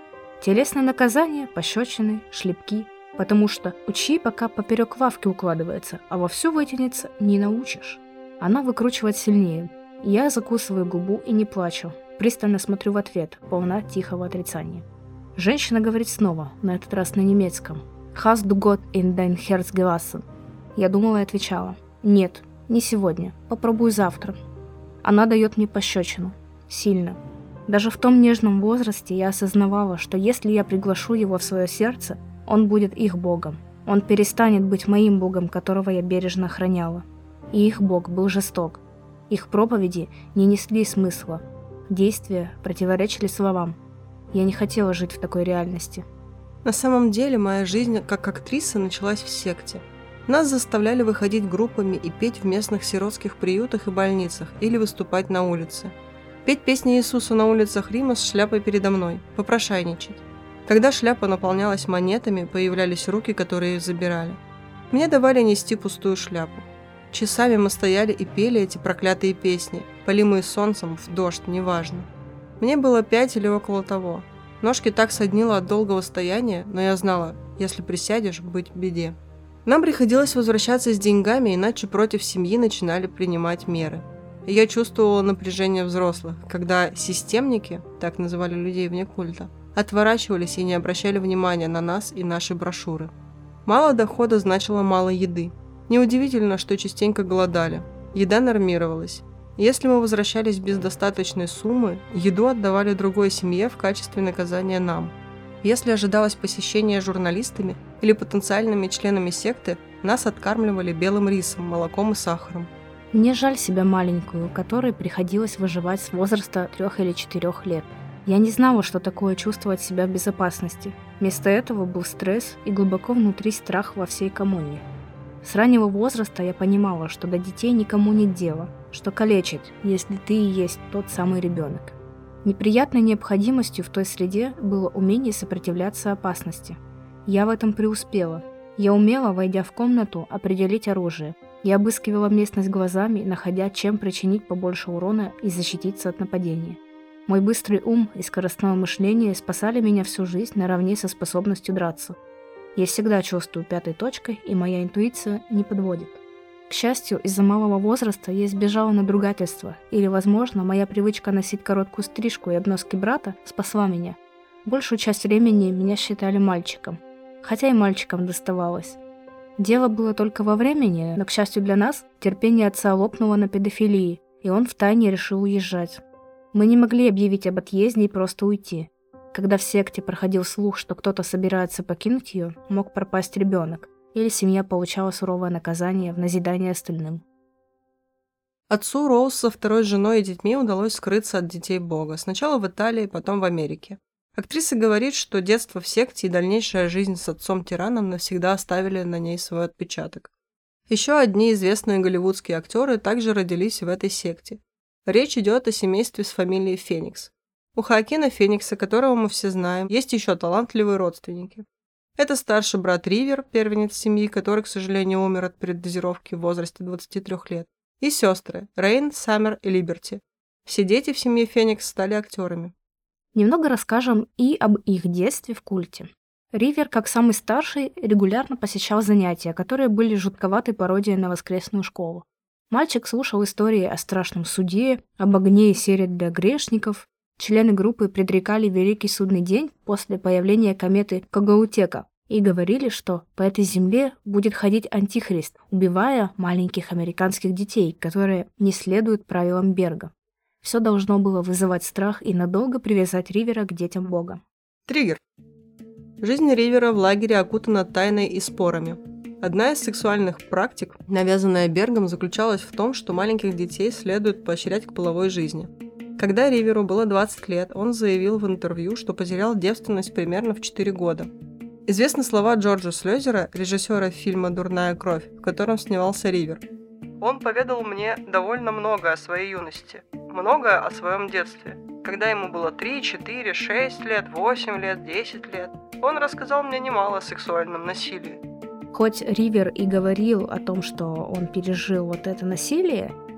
Телесное наказание, пощечины, шлепки. Потому что учи, пока поперек лавки укладывается, а вовсю вытянется не научишь. Она выкручивает сильнее. Я закусываю губу и не плачу. Пристально смотрю в ответ, полна тихого отрицания. Женщина говорит снова, на этот раз на немецком. «Hast du Gott in dein Herz gelassen?» Я думала и отвечала. «Нет, не сегодня. Попробую завтра». Она дает мне пощечину. Сильно. Даже в том нежном возрасте я осознавала, что если я приглашу его в свое сердце, он будет их богом. Он перестанет быть моим богом, которого я бережно охраняла. И их бог был жесток. Их проповеди не несли смысла. Действия противоречили словам. Я не хотела жить в такой реальности. На самом деле, моя жизнь как актриса началась в секте. Нас заставляли выходить группами и петь в местных сиротских приютах и больницах или выступать на улице. Петь песни Иисуса на улицах Рима с шляпой передо мной, попрошайничать. Когда шляпа наполнялась монетами, появлялись руки, которые их забирали. Мне давали нести пустую шляпу. Часами мы стояли и пели эти проклятые песни, полимые солнцем, в дождь, неважно. Мне было 5 или около того. Ножки так соднило от долгого стояния, но я знала, если присядешь, быть в беде. Нам приходилось возвращаться с деньгами, иначе против семьи начинали принимать меры. И я чувствовала напряжение взрослых, когда системники, так называли людей вне культа, отворачивались и не обращали внимания на нас и наши брошюры. Мало дохода значило мало еды. Неудивительно, что частенько голодали. Еда нормировалась. Если мы возвращались без достаточной суммы, еду отдавали другой семье в качестве наказания нам. Если ожидалось посещение журналистами или потенциальными членами секты, нас откармливали белым рисом, молоком и сахаром. Мне жаль себя маленькую, которой приходилось выживать с возраста 3 или 4 лет. Я не знала, что такое чувствовать себя в безопасности. Вместо этого был стресс и глубоко внутри страх во всей коммуне. С раннего возраста я понимала, что до детей никому нет дела, что калечить, если ты и есть тот самый ребенок. Неприятной необходимостью в той среде было умение сопротивляться опасности. Я в этом преуспела. Я умела, войдя в комнату, определить оружие. Я обыскивала местность глазами, находя, чем причинить побольше урона и защититься от нападения. Мой быстрый ум и скоростное мышление спасали меня всю жизнь наравне со способностью драться. Я всегда чувствую пятой точкой, и моя интуиция не подводит. К счастью, из-за малого возраста я избежала надругательства, или, возможно, моя привычка носить короткую стрижку и обноски брата спасла меня. Большую часть времени меня считали мальчиком, хотя и мальчикам доставалось. Дело было только во времени, но, к счастью для нас, терпение отца лопнуло на педофилии, и он втайне решил уезжать. Мы не могли объявить об отъезде и просто уйти. Когда в секте проходил слух, что кто-то собирается покинуть ее, мог пропасть ребенок, или семья получала суровое наказание в назидание остальным. Отцу Роуз со второй женой и детьми удалось скрыться от детей Бога, сначала в Италии, потом в Америке. Актриса говорит, что детство в секте и дальнейшая жизнь с отцом-тираном навсегда оставили на ней свой отпечаток. Еще одни известные голливудские актеры также родились в этой секте. Речь идет о семействе с фамилией Феникс. У Хоакина Феникса, которого мы все знаем, есть еще талантливые родственники. Это старший брат Ривер, первенец семьи, который, к сожалению, умер от передозировки в возрасте 23 лет, и сестры Рейн, Саммер и Либерти. Все дети в семье Феникс стали актерами. Немного расскажем и об их детстве в культе. Ривер, как самый старший, регулярно посещал занятия, которые были жутковатой пародией на воскресную школу. Мальчик слушал истории о страшном суде, об огне и сере для грешников. Члены группы предрекали Великий судный день после появления кометы Когаутека и говорили, что по этой земле будет ходить антихрист, убивая маленьких американских детей, которые не следуют правилам Берга. Все должно было вызывать страх и надолго привязать Ривера к детям Бога. Триггер. Жизнь Ривера в лагере окутана тайной и спорами. Одна из сексуальных практик, навязанная Бергом, заключалась в том, что маленьких детей следует поощрять к половой жизни. Когда Риверу было 20 лет, он заявил в интервью, что потерял девственность примерно в 4 года. Известны слова Джорджа Слезера, режиссера фильма «Дурная кровь», в котором снимался Ривер. «Он поведал мне довольно много о своей юности, много о своем детстве. Когда ему было 3, 4, 6 лет, 8 лет, 10 лет, он рассказал мне немало о сексуальном насилии». Хоть Ривер и говорил о том, что он пережил вот это насилие,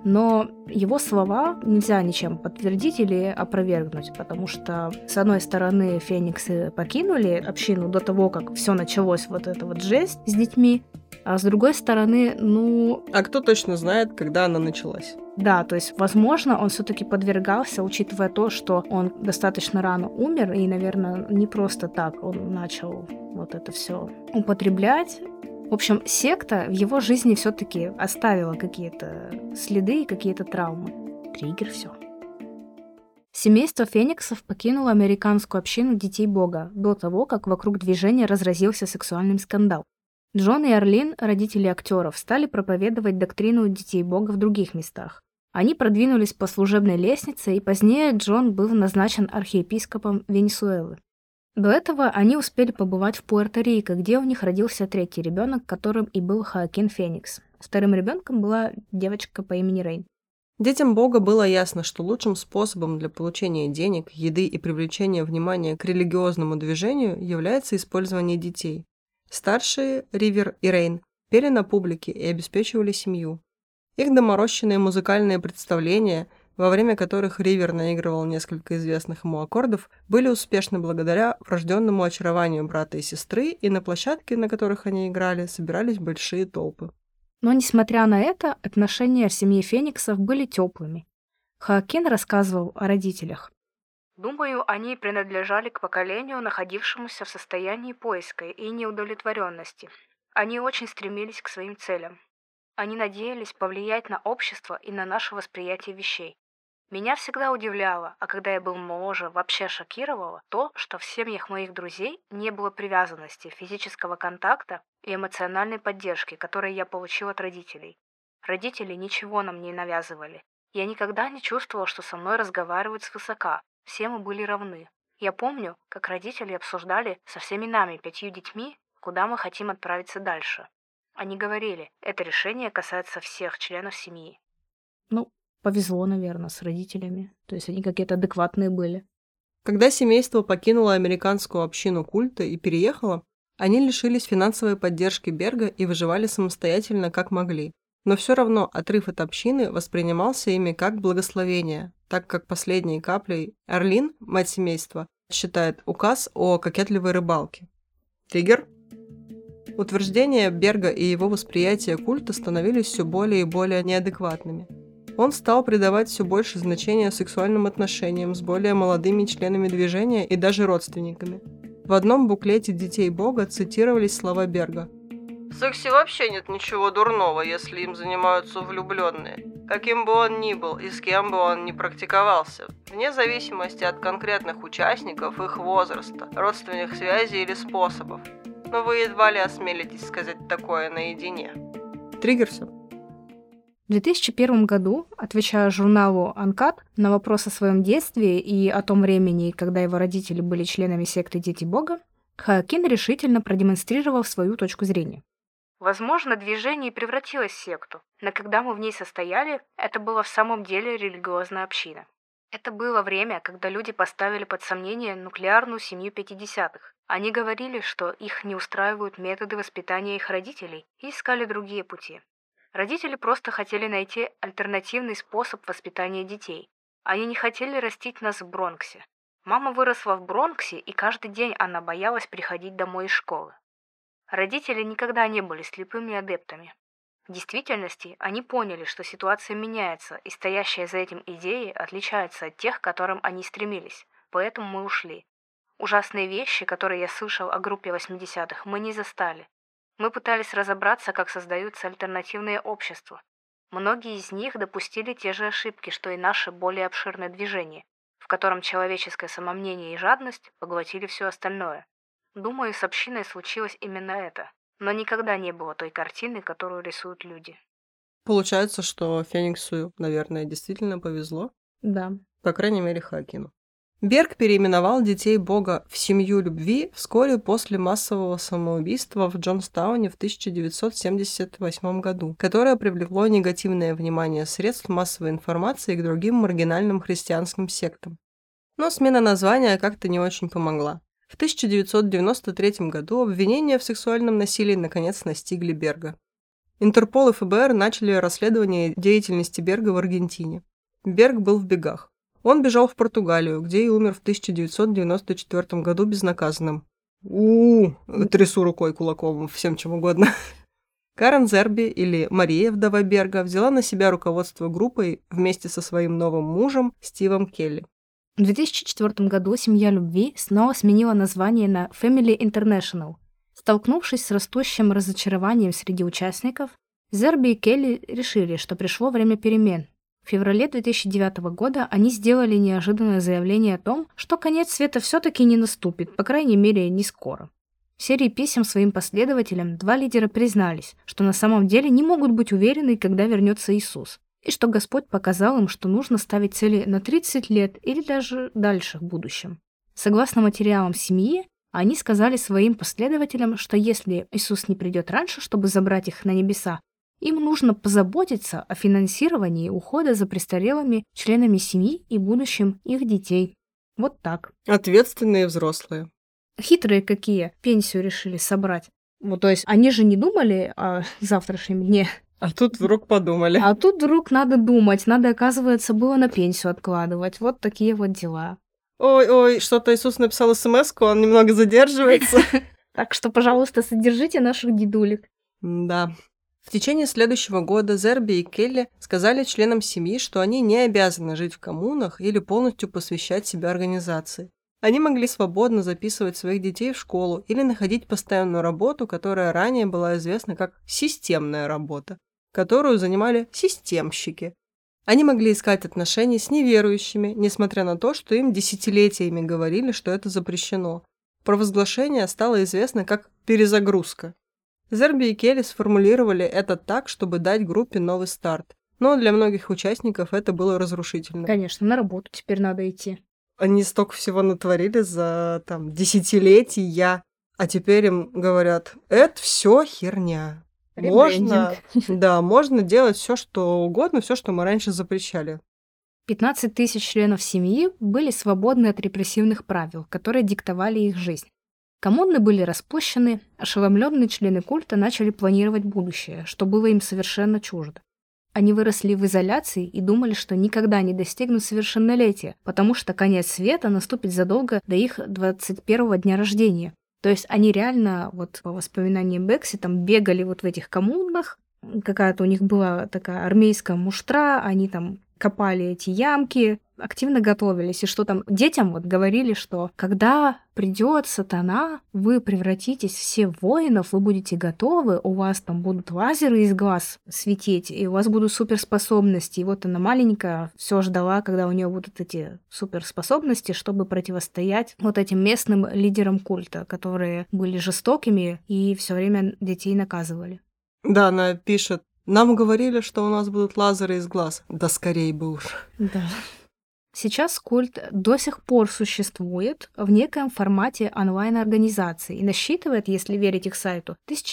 Но его слова нельзя ничем подтвердить или опровергнуть, потому что, с одной стороны, фениксы покинули общину до того, как все началось, вот эта вот жесть с детьми, а с другой стороны, А кто точно знает, когда она началась? да, то есть, возможно, он все-таки подвергался, учитывая то, что он достаточно рано умер, и, наверное, не просто так он начал вот это все употреблять. В общем, секта в его жизни все-таки оставила какие-то следы и какие-то травмы. Триггер, все. Семейство фениксов покинуло американскую общину Детей Бога до того, как вокруг движения разразился сексуальный скандал. Джон и Арлин, родители актеров, стали проповедовать доктрину Детей Бога в других местах. Они продвинулись по служебной лестнице, и позднее Джон был назначен архиепископом Венесуэлы. До этого они успели побывать в Пуэрто-Рико, где у них родился третий ребенок, которым и был Хоакин Феникс. Вторым ребенком была девочка по имени Рейн. Детям Бога было ясно, что лучшим способом для получения денег, еды и привлечения внимания к религиозному движению является использование детей. Старшие, Ривер и Рейн, пели на публике и обеспечивали семью. Их доморощенные музыкальные представления, во время которых Ривер наигрывал несколько известных ему аккордов, были успешны благодаря врожденному очарованию брата и сестры, и на площадке, на которых они играли, собирались большие толпы. Но, несмотря на это, отношения в семье Фениксов были теплыми. Хоакин рассказывал о родителях. «Думаю, они принадлежали к поколению, находившемуся в состоянии поиска и неудовлетворенности. Они очень стремились к своим целям. Они надеялись повлиять на общество и на наше восприятие вещей. Меня всегда удивляло, а когда я был моложе, вообще шокировало то, что в семьях моих друзей не было привязанности, физического контакта и эмоциональной поддержки, которые я получил от родителей. Родители ничего нам не навязывали. Я никогда не чувствовал, что со мной разговаривают свысока. Все мы были равны. Я помню, как родители обсуждали со всеми нами 5 детьми, куда мы хотим отправиться дальше. Они говорили, это решение касается всех членов семьи». Повезло, наверное, с родителями. То есть они какие-то адекватные были. Когда семейство покинуло американскую общину культа и переехало, они лишились финансовой поддержки Берга и выживали самостоятельно, как могли. Но все равно отрыв от общины воспринимался ими как благословение, так как последней каплей Арлин, мать семейства, считает указ о кокетливой рыбалке. Триггер? Утверждения Берга и его восприятие культа становились все более и более неадекватными. Он стал придавать все больше значения сексуальным отношениям с более молодыми членами движения и даже родственниками. В одном буклете «Детей Бога» цитировались слова Берга. «В сексе вообще нет ничего дурного, если им занимаются влюбленные. Каким бы он ни был и с кем бы он ни практиковался, вне зависимости от конкретных участников, их возраста, родственных связей или способов. Но вы едва ли осмелитесь сказать такое наедине». Триггер все. В 2001 году, отвечая журналу Uncut на вопрос о своем детстве и о том времени, когда его родители были членами секты Дети Бога, Хоакин решительно продемонстрировал свою точку зрения. «Возможно, движение и превратилось в секту, но когда мы в ней состояли, это была в самом деле религиозная община. Это было время, когда люди поставили под сомнение нуклеарную семью 50-х. Они говорили, что их не устраивают методы воспитания их родителей и искали другие пути. Родители просто хотели найти альтернативный способ воспитания детей. Они не хотели растить нас в Бронксе. Мама выросла в Бронксе, и каждый день она боялась приходить домой из школы. Родители никогда не были слепыми адептами. В действительности они поняли, что ситуация меняется, и стоящая за этим идеи отличается от тех, к которым они стремились, поэтому мы ушли. Ужасные вещи, которые я слышал о группе 80-х, мы не застали. Мы пытались разобраться, как создаются альтернативные общества. Многие из них допустили те же ошибки, что и наше более обширное движение, в котором человеческое самомнение и жадность поглотили все остальное. Думаю, с общиной случилось именно это, но никогда не было той картины, которую рисуют люди». Получается, что Фениксу, наверное, действительно повезло. Да. По крайней мере, Хоакину. Берг переименовал Детей Бога в «Семью любви» вскоре после массового самоубийства в Джонстауне в 1978 году, которое привлекло негативное внимание средств массовой информации к другим маргинальным христианским сектам. Но смена названия как-то не очень помогла. В 1993 году обвинения в сексуальном насилии наконец настигли Берга. Интерпол и ФБР начали расследование деятельности Берга в Аргентине. Берг был в бегах. Он бежал в Португалию, где и умер в 1994 году безнаказанным. Трясу рукой, кулаком, всем чем угодно. Карен Зерби, или Мария, вдова Берга, взяла на себя руководство группой вместе со своим новым мужем Стивом Келли. В 2004 году «Семья любви» снова сменила название на Family International. Столкнувшись с растущим разочарованием среди участников, Зерби и Келли решили, что пришло время перемен. В феврале 2009 года они сделали неожиданное заявление о том, что конец света все-таки не наступит, по крайней мере, не скоро. В серии писем своим последователям два лидера признались, что на самом деле не могут быть уверены, когда вернется Иисус, и что Господь показал им, что нужно ставить цели на 30 лет или даже дальше в будущем. Согласно материалам семьи, они сказали своим последователям, что если Иисус не придет раньше, чтобы забрать их на небеса, им нужно позаботиться о финансировании ухода за престарелыми членами семьи и будущем их детей. Вот так. Ответственные взрослые. Хитрые какие, пенсию решили собрать. То есть они же не думали о завтрашнем дне. А тут вдруг подумали. А тут вдруг надо думать, надо, оказывается, было на пенсию откладывать. Вот такие вот дела. Ой, что-то Иисус написал смс-ку, он немного задерживается. Так что, пожалуйста, содержите наших дедулек. Да. В течение следующего года Зерби и Келли сказали членам семьи, что они не обязаны жить в коммунах или полностью посвящать себя организации. Они могли свободно записывать своих детей в школу или находить постоянную работу, которая ранее была известна как системная работа, которую занимали системщики. Они могли искать отношения с неверующими, несмотря на то, что им десятилетиями говорили, что это запрещено. Провозглашение стало известно как перезагрузка. Зерби и Келли сформулировали это так, чтобы дать группе новый старт. Но для многих участников это было разрушительно. Конечно, на работу теперь надо идти. Они столько всего натворили за десятилетия, а теперь им говорят, это все херня. Можно делать все, что угодно, все, что мы раньше запрещали. 15 тысяч членов семьи были свободны от репрессивных правил, которые диктовали их жизнь. Коммуны были распущены, ошеломленные члены культа начали планировать будущее, что было им совершенно чуждо. Они выросли в изоляции и думали, что никогда не достигнут совершеннолетия, потому что конец света наступит задолго до их 21-го дня рождения. То есть они реально, по воспоминаниям Бекси, бегали в этих коммунах, какая-то у них была такая армейская муштра, они копали эти ямки, активно готовились. И что детям говорили, что когда придет сатана, вы превратитесь все в воинов, вы будете готовы, у вас будут лазеры из глаз светить, и у вас будут суперспособности. И она маленькая все ждала, когда у нее будут эти суперспособности, чтобы противостоять этим местным лидерам культа, которые были жестокими и все время детей наказывали. Да, она пишет: нам говорили, что у нас будут лазеры из глаз. Да скорей бы уж. Да. Сейчас культ до сих пор существует в некоем формате онлайн-организации и насчитывает, если верить их сайту,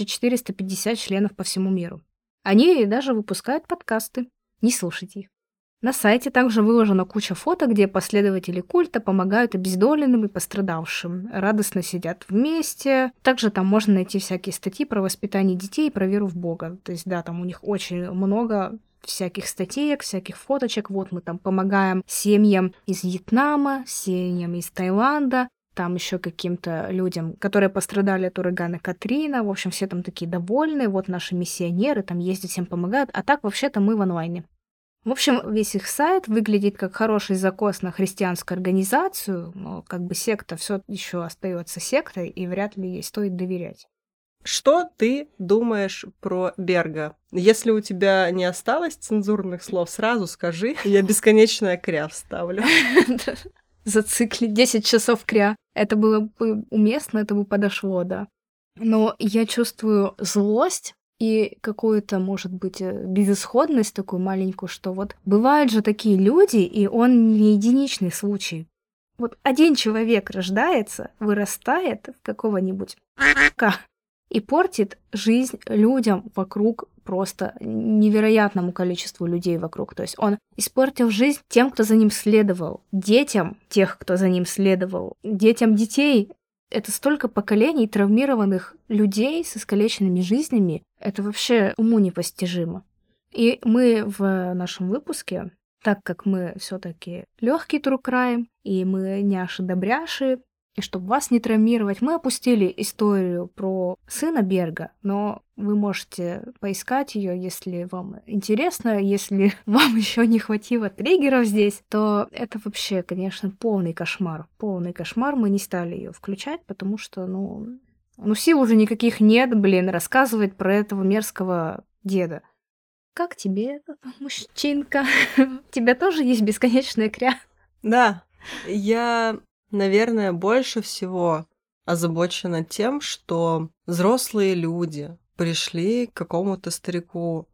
1450 членов по всему миру. Они даже выпускают подкасты. Не слушайте их. На сайте также выложена куча фото, где последователи культа помогают обездоленным и пострадавшим, радостно сидят вместе. Также там можно найти всякие статьи про воспитание детей и про веру в Бога. То есть, да, там у них очень много всяких статеек, всяких фоточек. Мы помогаем семьям из Вьетнама, семьям из Таиланда, там еще каким-то людям, которые пострадали от урагана Катрина. В общем, все такие довольные. Наши миссионеры ездят, всем помогают. А так, вообще-то, мы в онлайне. В общем, весь их сайт выглядит как хороший закос на христианскую организацию, но секта все еще остается сектой, и вряд ли ей стоит доверять. Что ты думаешь про Берга? Если у тебя не осталось цензурных слов, сразу скажи, я бесконечное кря вставлю. Зацикли 10 часов кря. Это было бы уместно, это бы подошло, да. Но я чувствую злость и какую-то, может быть, безысходность такую маленькую, что бывают же такие люди, и он не единичный случай. Один человек рождается, вырастает в какого-нибудь и портит жизнь людям вокруг, просто невероятному количеству людей вокруг. То есть он испортил жизнь тем, кто за ним следовал, детям тех, кто за ним следовал, детям детей Это столько поколений травмированных людей с искалеченными жизнями. Это вообще уму непостижимо. И мы в нашем выпуске, так как мы все-таки легкий true crime, и мы няши-добряши, и чтобы вас не травмировать, мы опустили историю про сына Берга, но вы можете поискать ее, если вам интересно. Если вам еще не хватило триггеров здесь, то это вообще, конечно, полный кошмар. Полный кошмар. Мы не стали ее включать, потому что, сил уже никаких нет, рассказывать про этого мерзкого деда. Как тебе, мужчинка? У тебя тоже есть бесконечная кря? Да, я, наверное, больше всего озабочена тем, что взрослые люди пришли к какому-то старику.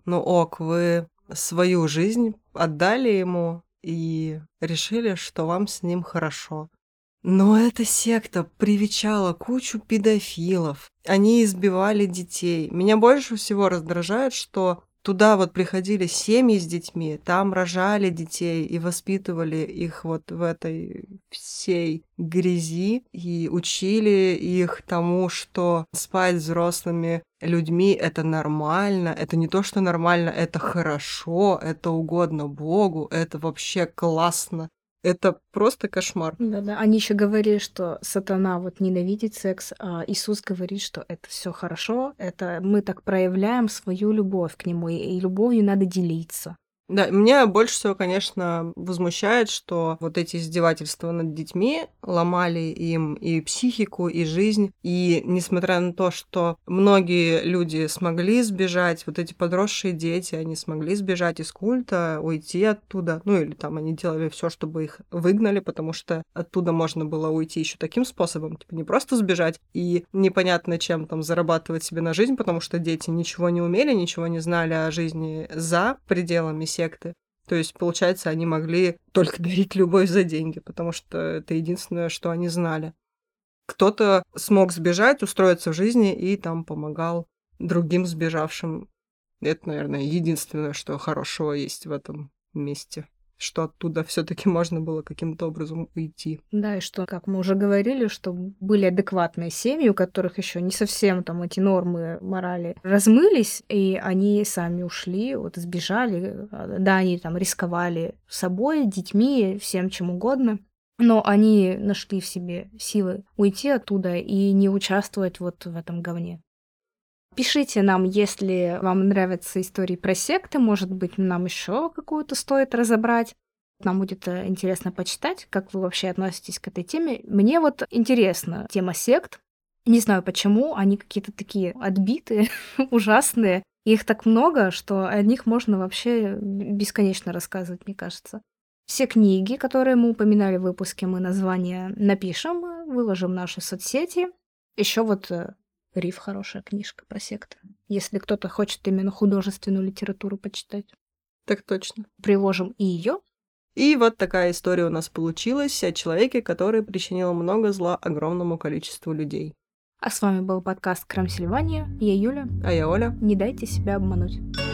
Вы свою жизнь отдали ему и решили, что вам с ним хорошо. Но эта секта привечала кучу педофилов. Они избивали детей. Меня больше всего раздражает, что туда приходили семьи с детьми, там рожали детей и воспитывали их в этой всей грязи и учили их тому, что спать с взрослыми людьми — это нормально, это не то, что нормально, это хорошо, это угодно Богу, это вообще классно. Это просто кошмар. Да-да. Они еще говорили, что сатана ненавидит секс, а Иисус говорит, что это все хорошо, это мы так проявляем свою любовь к нему, и любовью надо делиться. Да, меня больше всего, конечно, возмущает, что эти издевательства над детьми ломали им и психику, и жизнь. И несмотря на то, что многие люди смогли сбежать, эти подросшие дети, они смогли сбежать из культа, уйти оттуда. Или там они делали все, чтобы их выгнали, потому что оттуда можно было уйти еще таким способом, не просто сбежать и непонятно чем там зарабатывать себе на жизнь, потому что дети ничего не умели, ничего не знали о жизни за пределами секты. То есть, получается, они могли только дарить любовь за деньги, потому что это единственное, что они знали. Кто-то смог сбежать, устроиться в жизни и там помогал другим сбежавшим. Это, наверное, единственное, что хорошего есть в этом месте, что оттуда все-таки можно было каким-то образом уйти. Да, и что, как мы уже говорили, что были адекватные семьи, у которых еще не совсем там эти нормы морали размылись, и они сами ушли, сбежали. Да, они там рисковали собой, детьми, всем чем угодно, но они нашли в себе силы уйти оттуда и не участвовать в этом говне. Пишите нам, если вам нравятся истории про секты, может быть, нам еще какую-то стоит разобрать. Нам будет интересно почитать, как вы вообще относитесь к этой теме. Мне интересна тема сект. Не знаю почему, они какие-то такие отбитые, ужасные. Их так много, что о них можно вообще бесконечно рассказывать, мне кажется. Все книги, которые мы упоминали в выпуске, мы названия напишем, выложим в наши соцсети. Еще Риф хорошая книжка про секты. Если кто-то хочет именно художественную литературу почитать. Так точно. Приложим и ее. И такая история у нас получилась о человеке, который причинил много зла огромному количеству людей. А с вами был подкаст Крам Сильвания. Я Юля. А я Оля. Не дайте себя обмануть.